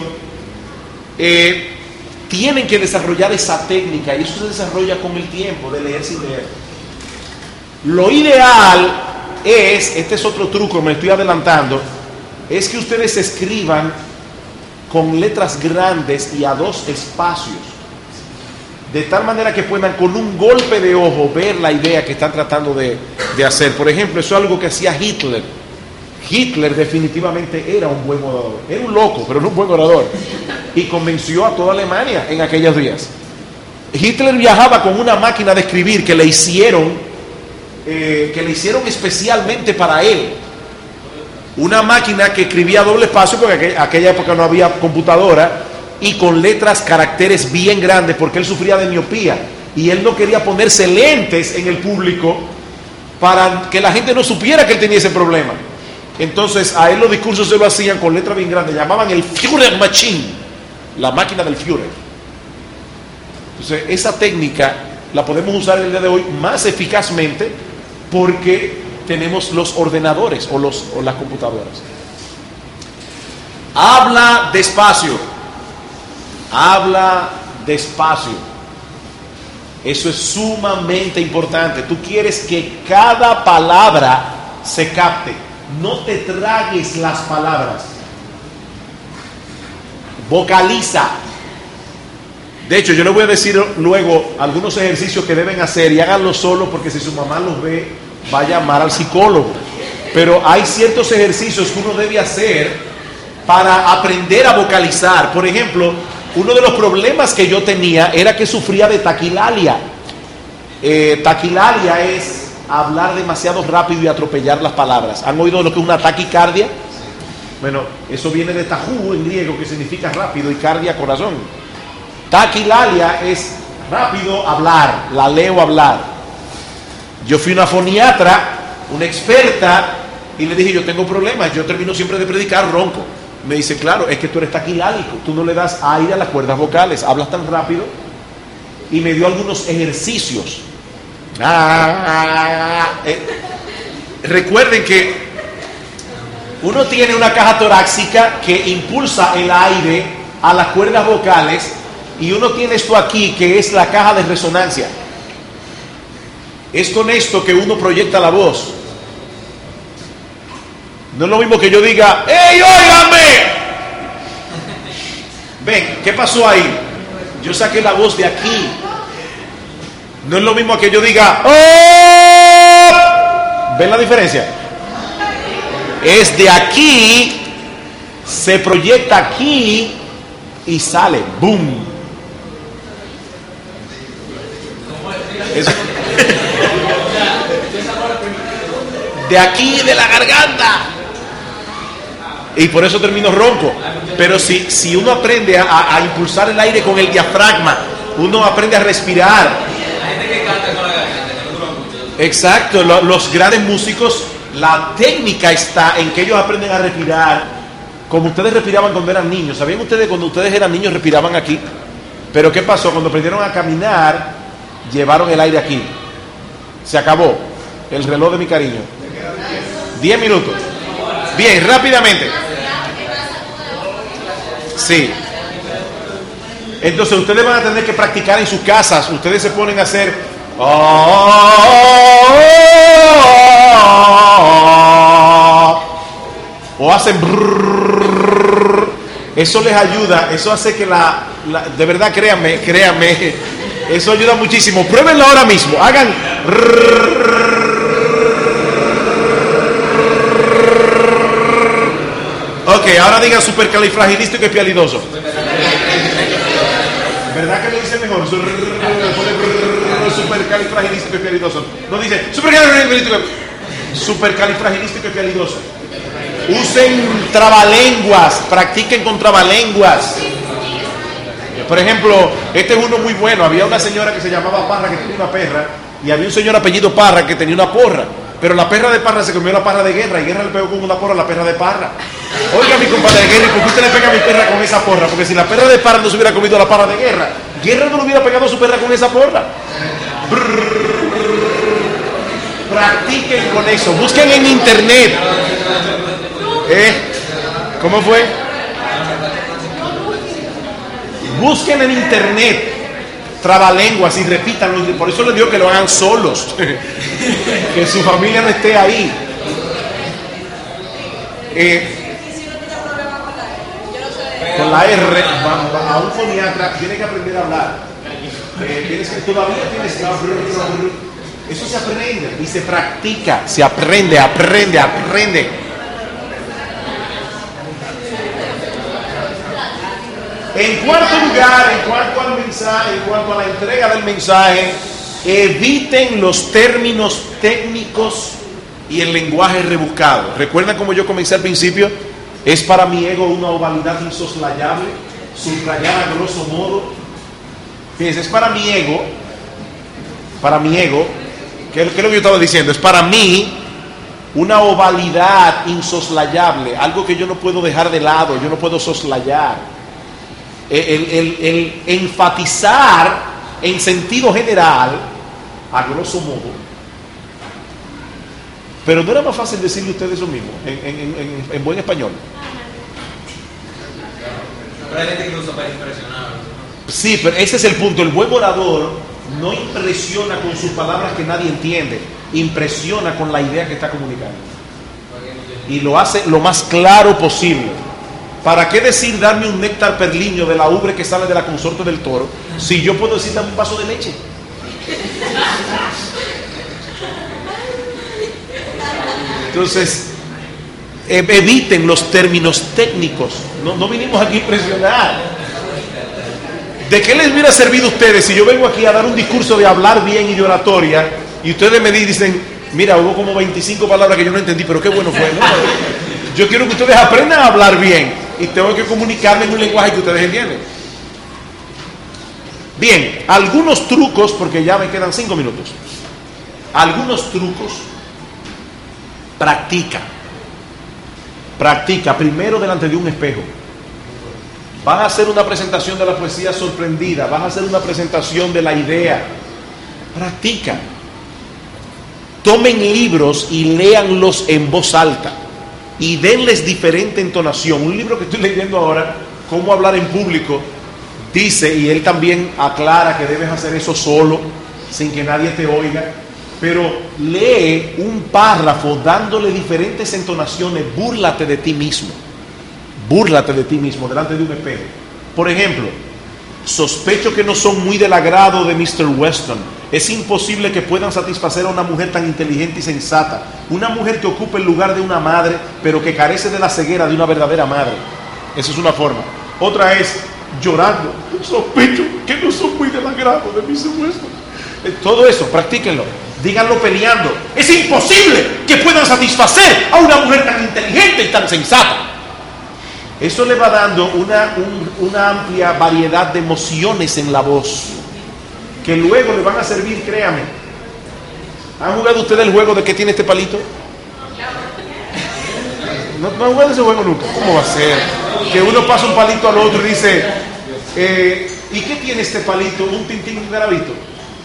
tienen que desarrollar esa técnica, y eso se desarrolla con el tiempo de leer sin leer. Lo ideal es, este es otro truco, me estoy adelantando, es que ustedes escriban con letras grandes y a 2 espacios. de tal manera que puedan con un golpe de ojo ver la idea que están tratando de hacer. Por ejemplo, eso es algo que hacía Hitler. Hitler definitivamente era un buen orador. Era un loco, pero no un buen orador. Y convenció a toda Alemania en aquellos días. Hitler viajaba con una máquina de escribir que le hicieron especialmente para él. Una máquina que escribía a doble espacio, porque en aquella época no había computadora, y con letras, caracteres bien grandes, porque él sufría de miopía y él no quería ponerse lentes en el público para que la gente no supiera que él tenía ese problema. Entonces a él los discursos se lo hacían con letras bien grandes, llamaban el Führer Machine, la máquina del Führer. Entonces esa técnica la podemos usar el día de hoy más eficazmente porque tenemos los ordenadores o las computadoras. Habla despacio. Habla despacio. Eso es sumamente importante. Tú quieres que cada palabra se capte. No te tragues las palabras. Vocaliza. De hecho, yo les voy a decir luego algunos ejercicios que deben hacer y háganlo solo, porque si su mamá los ve, va a llamar al psicólogo. Pero hay ciertos ejercicios que uno debe hacer para aprender a vocalizar. Por ejemplo, uno de los problemas que yo tenía era que sufría de taquilalia. Taquilalia es hablar demasiado rápido y atropellar las palabras. ¿Han oído lo que es una taquicardia? Bueno, eso viene de tajú en griego, que significa rápido, y cardia, corazón. Taquilalia es rápido hablar, la leo hablar. Yo fui una foniatra, una experta, y le dije, yo tengo problemas, yo termino siempre de predicar ronco. Me dice, claro, es que tú eres taquilálico, tú no le das aire a las cuerdas vocales, hablas tan rápido. Y me dio algunos ejercicios. Recuerden que uno tiene una caja torácica que impulsa el aire a las cuerdas vocales, y uno tiene esto aquí que es la caja de resonancia. Es con esto que uno proyecta la voz. No es lo mismo que yo diga, ¡ey, óigame! Ven, ¿qué pasó ahí? Yo saqué la voz de aquí. No es lo mismo que yo diga, ¡oh! ¿Ven la diferencia? Es de aquí, se proyecta aquí y sale, ¡boom! Eso. De aquí, de la garganta. Y por eso termino ronco. Pero si uno aprende a impulsar el aire con el diafragma, uno aprende a respirar. Hay gente que canta con la garganta, que no dura mucho. Exacto, los grandes músicos, la técnica está en que ellos aprenden a respirar como ustedes respiraban cuando eran niños. ¿Sabían ustedes cuando ustedes eran niños respiraban aquí? Pero ¿qué pasó? Cuando aprendieron a caminar, llevaron el aire aquí. Se acabó el reloj de mi cariño. 10 minutos. Bien, rápidamente. Sí. Entonces ustedes van a tener que practicar en sus casas. Ustedes se ponen a hacer o hacen eso les ayuda. Eso hace que de verdad, créanme, eso ayuda muchísimo. Pruébenlo ahora mismo. Hagan ok, ahora digan supercalifragilístico y espialidoso. ¿Verdad que lo dice mejor? Supercalifragilístico y espialidoso. No dice supercalifragilístico y espialidoso. Usen trabalenguas, practiquen con trabalenguas. Por ejemplo, este es uno muy bueno. Había una señora que se llamaba Parra que tenía una perra, y había un señor apellido Parra que tenía una porra. Pero la perra de Parra se comió la parra de Guerra, y Guerra le pegó con una porra a la perra de Parra. Oiga, mi compadre Guerra, ¿por qué usted le pega a mi perra con esa porra? Porque si la perra de Parra no se hubiera comido la parra de Guerra, Guerra no le hubiera pegado a su perra con esa porra. Practiquen con eso. Busquen en internet. ¿Cómo fue? Busquen en internet trabalenguas y repítanlo. Por eso les digo que lo hagan solos. Que su familia no esté ahí. Con la R, a un foniatra tiene que aprender a hablar. Todavía tienes que... Eso se aprende y se practica, se aprende. En cuarto lugar, en cuanto al mensaje, en cuanto a la entrega del mensaje, eviten los términos técnicos y el lenguaje rebuscado. ¿Recuerdan como yo comencé al principio? Es para mi ego una ovalidad insoslayable, subrayada a grosso modo. Fíjense, es para mi ego, ¿qué es lo que yo estaba diciendo? Es para mí una ovalidad insoslayable, algo que yo no puedo dejar de lado, yo no puedo soslayar. El enfatizar en sentido general, a grosso modo. Pero no era más fácil decirle a ustedes eso mismo, en buen español. Pero hay gente que lo usa para impresionar. Sí, pero ese es el punto. El buen orador no impresiona con sus palabras que nadie entiende, impresiona con la idea que está comunicando. Y lo hace lo más claro posible. ¿Para qué decir darme un néctar perliño de la ubre que sale de la consorte del toro si yo puedo decir dame un vaso de leche? Entonces, eviten los términos técnicos. No vinimos aquí a impresionar. ¿De qué les hubiera servido a ustedes si yo vengo aquí a dar un discurso de hablar bien y de oratoria y ustedes me dicen, mira, hubo como 25 palabras que yo no entendí, pero qué bueno fue, ¿no? Yo quiero que ustedes aprendan a hablar bien y tengo que comunicarme en un lenguaje que ustedes entienden. Bien, algunos trucos, porque ya me quedan 5 minutos. Algunos trucos. Practica primero delante de un espejo. Vas a hacer una presentación de la poesía sorprendida, vas a hacer una presentación de la idea. Practica. Tomen libros y léanlos en voz alta y denles diferente entonación. Un libro que estoy leyendo ahora, Cómo hablar en público, dice, y él también aclara que debes hacer eso solo, sin que nadie te oiga, pero lee un párrafo dándole diferentes entonaciones. Búrlate de ti mismo delante de un espejo. Por ejemplo, sospecho que no son muy del agrado de Mr. Weston. Es imposible que puedan satisfacer a una mujer tan inteligente y sensata, una mujer que ocupe el lugar de una madre, pero que carece de la ceguera de una verdadera madre. Esa es una forma. Otra es llorando. Sospecho que no son muy del agrado de Mr. Weston. Todo eso, practíquenlo. Díganlo peleando. Es imposible que puedan satisfacer a una mujer tan inteligente y tan sensata. Eso le va dando una amplia variedad de emociones en la voz, que luego le van a servir, créame. ¿Han jugado ustedes el juego de qué tiene este palito? ¿No han jugado ese juego nunca? ¿Cómo va a ser? Que uno pasa un palito al otro y dice, ¿y qué tiene este palito? ¿Un tintín y un garabito?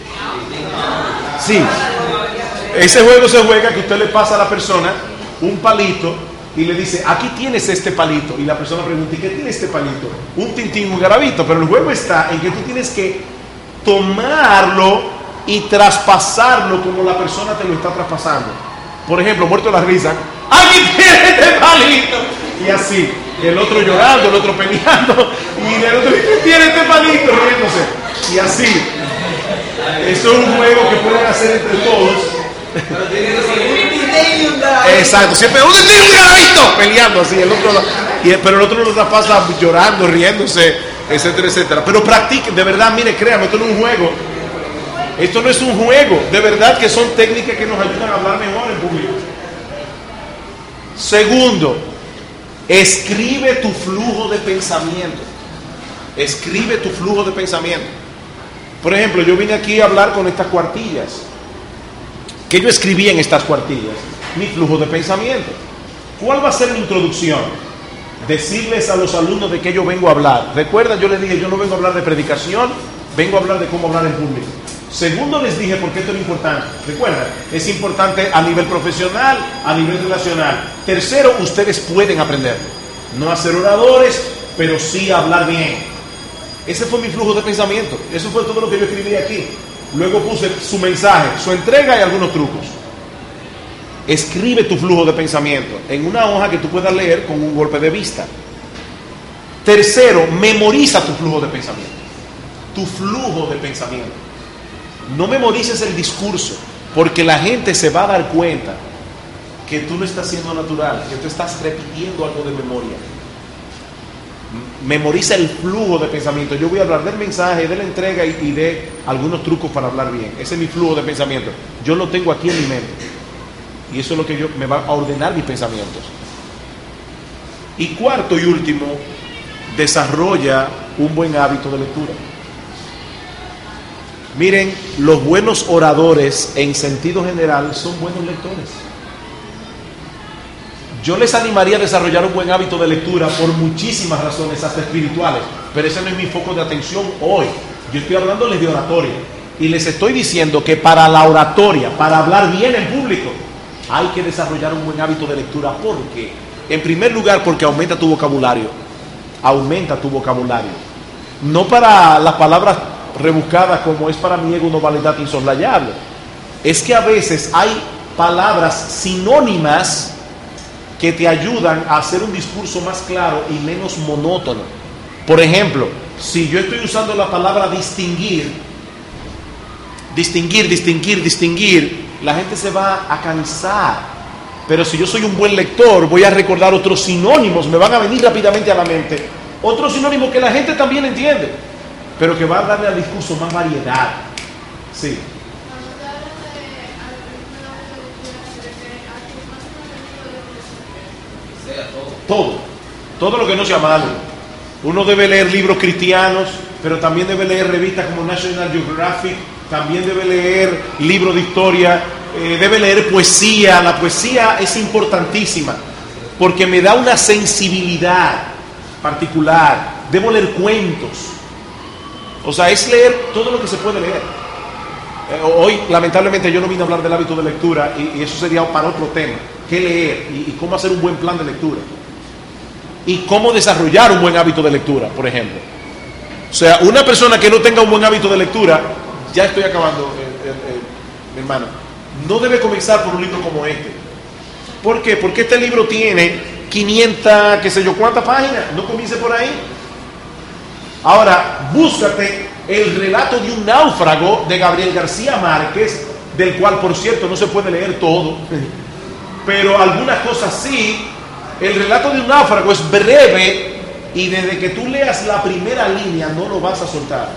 Sí. Ese juego se juega que usted le pasa a la persona un palito y le dice, aquí tienes este palito. Y la persona pregunta, ¿y qué tiene este palito? Un tintín, un garabito. Pero el juego está en que tú tienes que tomarlo y traspasarlo como la persona te lo está traspasando. Por ejemplo, muerto de la risa, aquí tiene este palito. Y así, el otro llorando, el otro peleando, y el otro tiene este palito riéndose. Y así. Eso es un juego que pueden hacer entre todos. Exacto, siempre un garabito peleando así, el otro, pero el otro lo pasa llorando, riéndose, etcétera, etcétera. Pero practiquen, de verdad, mire, créanme, esto no es un juego. Esto no es un juego, de verdad que son técnicas que nos ayudan a hablar mejor en público. Segundo, escribe tu flujo de pensamiento. Escribe tu flujo de pensamiento. Por ejemplo, yo vine aquí a hablar con estas cuartillas. ¿Qué yo escribí en estas cuartillas? Mi flujo de pensamiento. ¿Cuál va a ser mi introducción? Decirles a los alumnos de qué yo vengo a hablar. Recuerdan, yo les dije, yo no vengo a hablar de predicación, vengo a hablar de cómo hablar en público. Segundo, les dije por qué esto es importante. Recuerdan, es importante a nivel profesional, a nivel relacional. Tercero, ustedes pueden aprender. No a ser oradores, pero sí a hablar bien. Ese fue mi flujo de pensamiento. Eso fue todo lo que yo escribí aquí. Luego puse su mensaje, su entrega y algunos trucos. Escribe tu flujo de pensamiento en una hoja que tú puedas leer con un golpe de vista. Tercero, memoriza tu flujo de pensamiento. tu flujo de pensamiento. No memorices el discurso, porque la gente se va a dar cuenta que tú no estás siendo natural, que tú estás repitiendo algo de memoria. Memoriza el flujo de pensamiento. Yo voy a hablar del mensaje, de la entrega y de algunos trucos para hablar bien. Ese es mi flujo de pensamiento. Yo lo tengo aquí en mi mente. Y eso es lo que me va a ordenar mis pensamientos. Y cuarto y último, desarrolla un buen hábito de lectura. Miren, los buenos oradores en sentido general son buenos lectores. Yo les animaría a desarrollar un buen hábito de lectura por muchísimas razones, hasta espirituales, pero ese no es mi foco de atención hoy. Yo estoy hablándoles de oratoria y les estoy diciendo que para la oratoria, para hablar bien en público, hay que desarrollar un buen hábito de lectura. ¿Por qué? En primer lugar, porque aumenta tu vocabulario. Aumenta tu vocabulario. No para las palabras rebuscadas como es para mi ego una vanidad insoslayable. Es que a veces hay palabras sinónimas que te ayudan a hacer un discurso más claro y menos monótono. Por ejemplo, si yo estoy usando la palabra distinguir, la gente se va a cansar. Pero si yo soy un buen lector, voy a recordar otros sinónimos, me van a venir rápidamente a la mente, otros sinónimos que la gente también entiende, pero que va a darle al discurso más variedad. Sí. Todo lo que no sea malo. Uno debe leer libros cristianos, pero también debe leer revistas como National Geographic, también debe leer libros de historia, debe leer poesía. La poesía es importantísima porque me da una sensibilidad particular. Debo leer cuentos. O sea, es leer todo lo que se puede leer. Hoy, lamentablemente, yo no vine a hablar del hábito de lectura y eso sería para otro tema. ¿Qué leer? Y cómo hacer un buen plan de lectura. Y cómo desarrollar un buen hábito de lectura, por ejemplo. O sea, una persona que no tenga un buen hábito de lectura, ya estoy acabando, mi hermano, no debe comenzar por un libro como este. ¿Por qué? Porque este libro tiene 500, qué sé yo, ¿cuántas páginas? No comience por ahí. Ahora, búscate el relato de un náufrago de Gabriel García Márquez, del cual, por cierto, no se puede leer todo, pero algunas cosas sí. El relato de un náufrago es breve y desde que tú leas la primera línea no lo vas a soltar.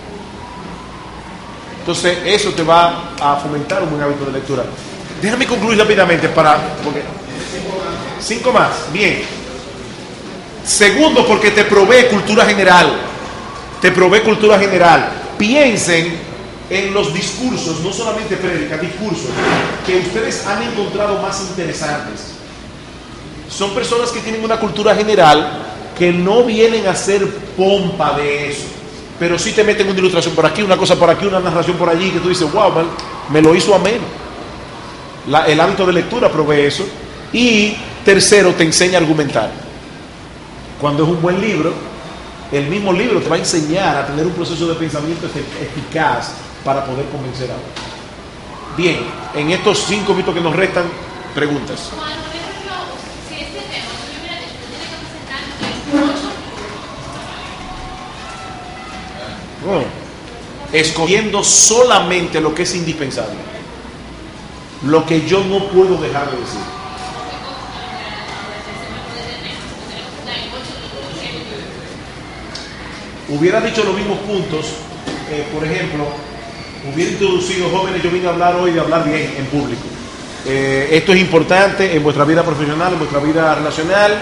Entonces eso te va a fomentar un buen hábito de lectura. Déjame concluir rápidamente porque 5 más. Bien. Segundo, porque te provee cultura general. Te provee cultura general. Piensen en los discursos, no solamente prédicas, discursos que ustedes han encontrado más interesantes. Son personas que tienen una cultura general, que no vienen a hacer pompa de eso, pero sí te meten una ilustración por aquí, una cosa por aquí, una narración por allí, que tú dices, wow, man, me lo hizo ameno. El hábito de lectura provee eso. Y tercero, te enseña a argumentar. Cuando es un buen libro, el mismo libro te va a enseñar a tener un proceso de pensamiento eficaz para poder convencer a otros. Bien, en estos 5 minutos que nos restan, preguntas. Escogiendo solamente lo que es indispensable, lo que yo no puedo dejar de decir. Hubiera dicho los mismos puntos, por ejemplo, hubiera introducido, jóvenes, yo vine a hablar hoy de hablar bien en público. Esto es importante en vuestra vida profesional, en vuestra vida relacional,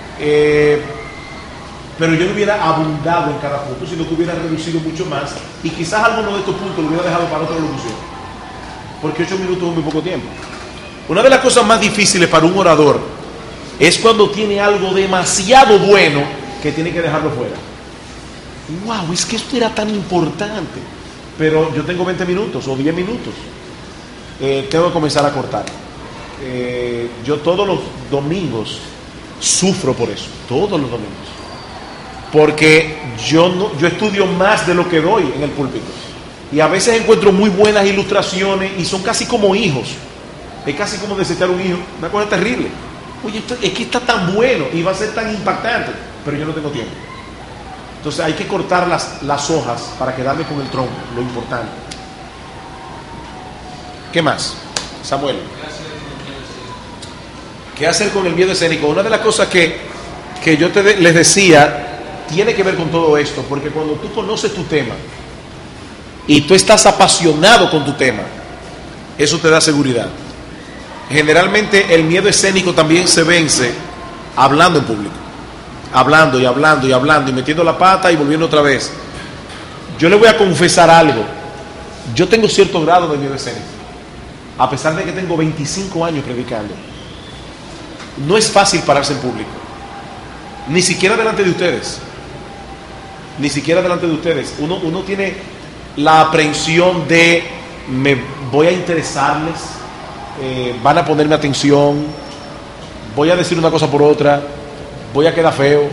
pero yo no hubiera abundado en cada punto, sino que hubiera reducido mucho más y quizás alguno de estos puntos lo hubiera dejado para otra locución, porque 8 minutos es muy poco tiempo. Una de las cosas más difíciles para un orador es cuando tiene algo demasiado bueno que tiene que dejarlo fuera. Wow, es que esto era tan importante, pero yo tengo 20 minutos o 10 minutos, tengo que comenzar a cortar. Yo todos los domingos sufro por eso, todos los domingos, porque yo estudio más de lo que doy en el púlpito y a veces encuentro muy buenas ilustraciones y son casi como hijos. Es casi como desechar un hijo, una cosa terrible. Oye, esto es que está tan bueno y va a ser tan impactante, pero yo no tengo tiempo. Entonces hay que cortar las hojas para quedarme con el tronco, lo importante. ¿Qué más, Samuel? ¿Qué hacer con el miedo escénico? Una de las cosas que yo les decía tiene que ver con todo esto, porque cuando tú conoces tu tema y tú estás apasionado con tu tema, eso te da seguridad. Generalmente el miedo escénico también se vence hablando en público, hablando y hablando y hablando y metiendo la pata y volviendo otra vez. Yo le voy a confesar algo. Yo tengo cierto grado de miedo escénico, a pesar de que tengo 25 años predicando. No es fácil pararse en público, ni siquiera delante de ustedes, ni siquiera delante de ustedes. Uno tiene la aprehensión de me voy a interesarles, van a ponerme atención, voy a decir una cosa por otra, voy a quedar feo,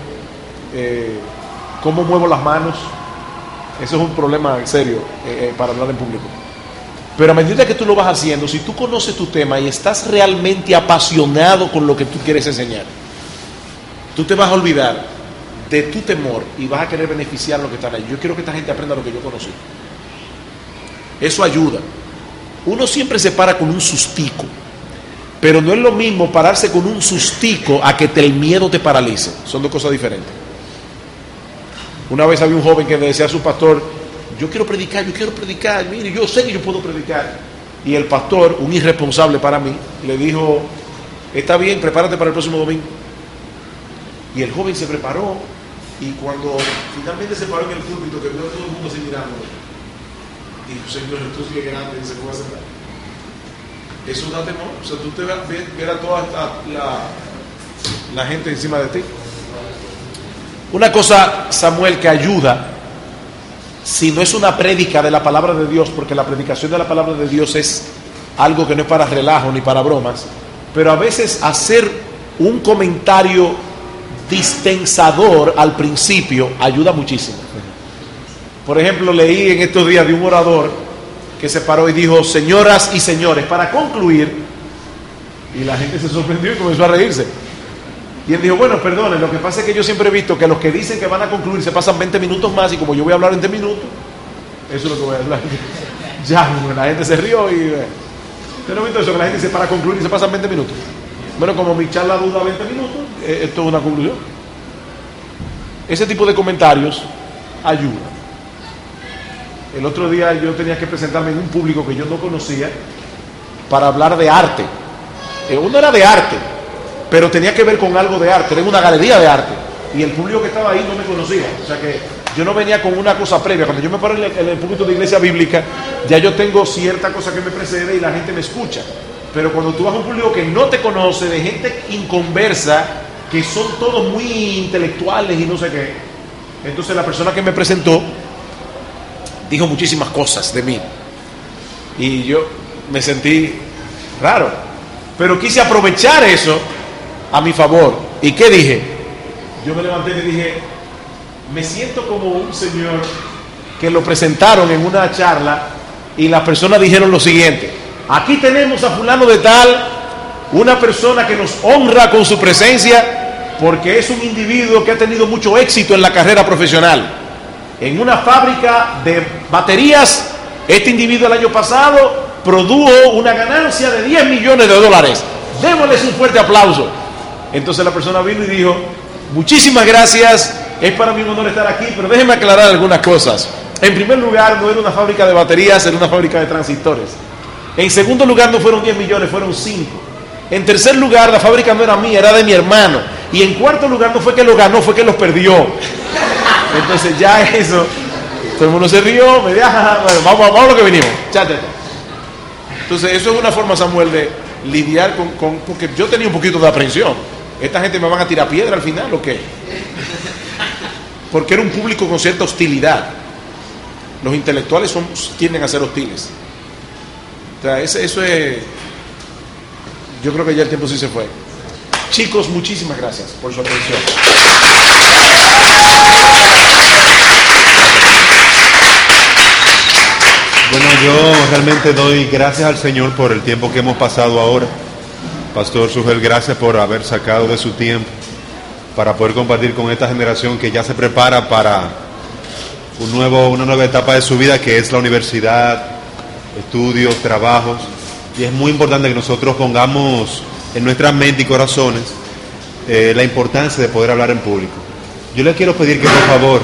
cómo muevo las manos. Eso es un problema en serio para hablar en público. Pero a medida que tú lo vas haciendo, si tú conoces tu tema y estás realmente apasionado con lo que tú quieres enseñar, tú te vas a olvidar de tu temor y vas a querer beneficiar a los que están ahí. Yo quiero que esta gente aprenda lo que yo conocí. Eso ayuda. Uno siempre se para con un sustico, pero no es lo mismo pararse con un sustico a que el miedo te paralice. Son dos cosas diferentes. Una vez había un joven que le decía a su pastor: yo quiero predicar, mire, yo sé que yo puedo predicar. Y el pastor, un irresponsable para mí, le dijo: está bien, prepárate para el próximo domingo. Y el joven se preparó, y cuando finalmente se paró en el púlpito, que vio a todo el mundo así mirándolo, dijo: Señor, tú sí es grande, y se fue a sentar. Eso da temor. O sea, tú te ver a toda la gente encima de ti. Una cosa, Samuel, que ayuda, si no es una prédica de la palabra de Dios, porque la predicación de la palabra de Dios es algo que no es para relajo ni para bromas, pero a veces hacer un comentario distensador al principio ayuda muchísimo. Por ejemplo, leí en estos días de un orador que se paró y dijo: señoras y señores, para concluir, y la gente se sorprendió y comenzó a reírse. Y él dijo: bueno, perdonen, lo que pasa es que yo siempre he visto que los que dicen que van a concluir se pasan 20 minutos más, y como yo voy a hablar en 10 minutos, eso es lo que voy a hablar. Ya, la gente se rió y... ¿Usted no ha visto eso? Que la gente dice para concluir y se pasan 20 minutos. Bueno, como mi charla dura 20 minutos, esto es una conclusión. Ese tipo de comentarios ayuda. El otro día yo tenía que presentarme en un público que yo no conocía para hablar de arte. Uno era de arte, pero tenía que ver con algo de arte, era una galería de arte, y el público que estaba ahí no me conocía. O sea que yo no venía con una cosa previa. Cuando yo me paro en el púlpito de iglesia bíblica, ya yo tengo cierta cosa que me precede y la gente me escucha. Pero cuando tú vas a un público que no te conoce, de gente inconversa, que son todos muy intelectuales y no sé qué, entonces la persona que me presentó dijo muchísimas cosas de mí y yo me sentí raro, pero quise aprovechar eso a mi favor. ¿Y qué dije? Yo me levanté y le dije: me siento como un señor que lo presentaron en una charla y las personas dijeron lo siguiente: aquí tenemos a fulano de tal, una persona que nos honra con su presencia porque es un individuo que ha tenido mucho éxito en la carrera profesional. En una fábrica de baterías, este individuo el año pasado produjo una ganancia de $10 millones. Démosles un fuerte aplauso. Entonces la persona vino y dijo: muchísimas gracias, es para mí un honor estar aquí, pero déjenme aclarar algunas cosas. En primer lugar, no era una fábrica de baterías, era una fábrica de transistores. En segundo lugar, no fueron 10 millones, fueron 5. En tercer lugar, la fábrica no era mía, era de mi hermano. Y en cuarto lugar, no fue que lo ganó, fue que los perdió. Entonces ya eso, todo el mundo se rió, me dijo: bueno, vamos a lo que venimos. Chate. Entonces eso es una forma, Samuel, de lidiar con porque yo tenía un poquito de aprensión. ¿Esta gente me van a tirar piedra al final o qué? Porque era un público con cierta hostilidad. Los intelectuales tienden a ser hostiles. O sea, eso es... Yo creo que ya el tiempo sí se fue. Chicos, muchísimas gracias por su atención. Bueno, yo realmente doy gracias al Señor por el tiempo que hemos pasado ahora. Pastor Sugel, gracias por haber sacado de su tiempo para poder compartir con esta generación que ya se prepara para una nueva etapa de su vida, que es la universidad, estudios, trabajos. Y es muy importante que nosotros pongamos en nuestra mente y corazones la importancia de poder hablar en público. Yo les quiero pedir que por favor,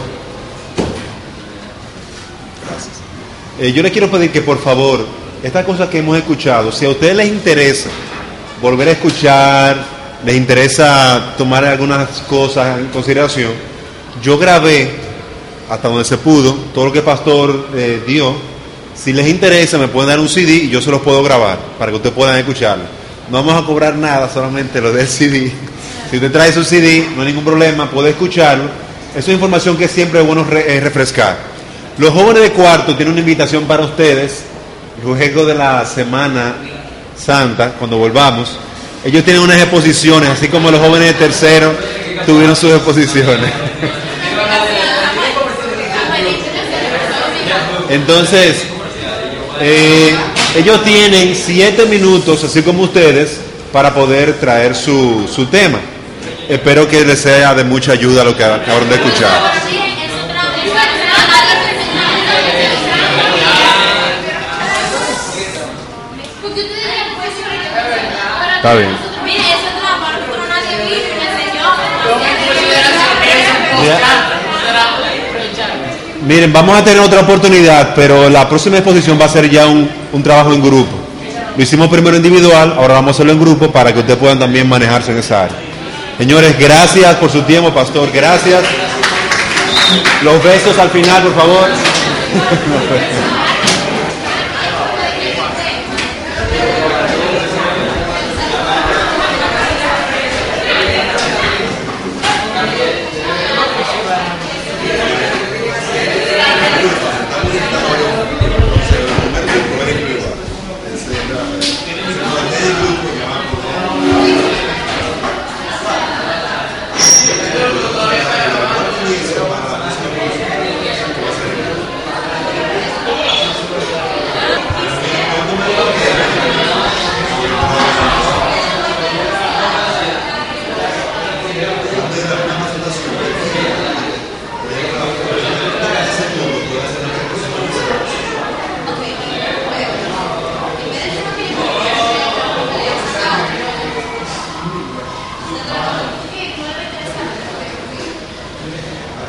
estas cosas que hemos escuchado, si a ustedes les interesa volver a escuchar, les interesa tomar algunas cosas en consideración, yo grabé hasta donde se pudo todo lo que el pastor dio. Si les interesa me pueden dar un CD y yo se los puedo grabar para que ustedes puedan escucharlo. No vamos a cobrar nada, solamente lo del CD. Si usted trae su CD, no hay ningún problema, puede escucharlo. Eso es información que siempre es bueno refrescar. Los jóvenes de cuarto tienen una invitación para ustedes, luego de la Semana Santa, cuando volvamos. Ellos tienen unas exposiciones, así como los jóvenes de tercero tuvieron sus exposiciones. Entonces, ellos tienen 7 minutos, así como ustedes, para poder traer su tema. Espero que les sea de mucha ayuda lo que acabaron de escuchar. Está bien. Miren, vamos a tener otra oportunidad, pero la próxima exposición va a ser ya un trabajo en grupo. Lo hicimos primero individual, ahora vamos a hacerlo en grupo para que ustedes puedan también manejarse en esa área. Señores, gracias por su tiempo, pastor, gracias. Los besos al final, por favor.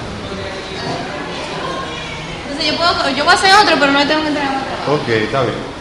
Yo voy a hacer otro, pero no tengo que entregar más trabajo. Ok, está bien.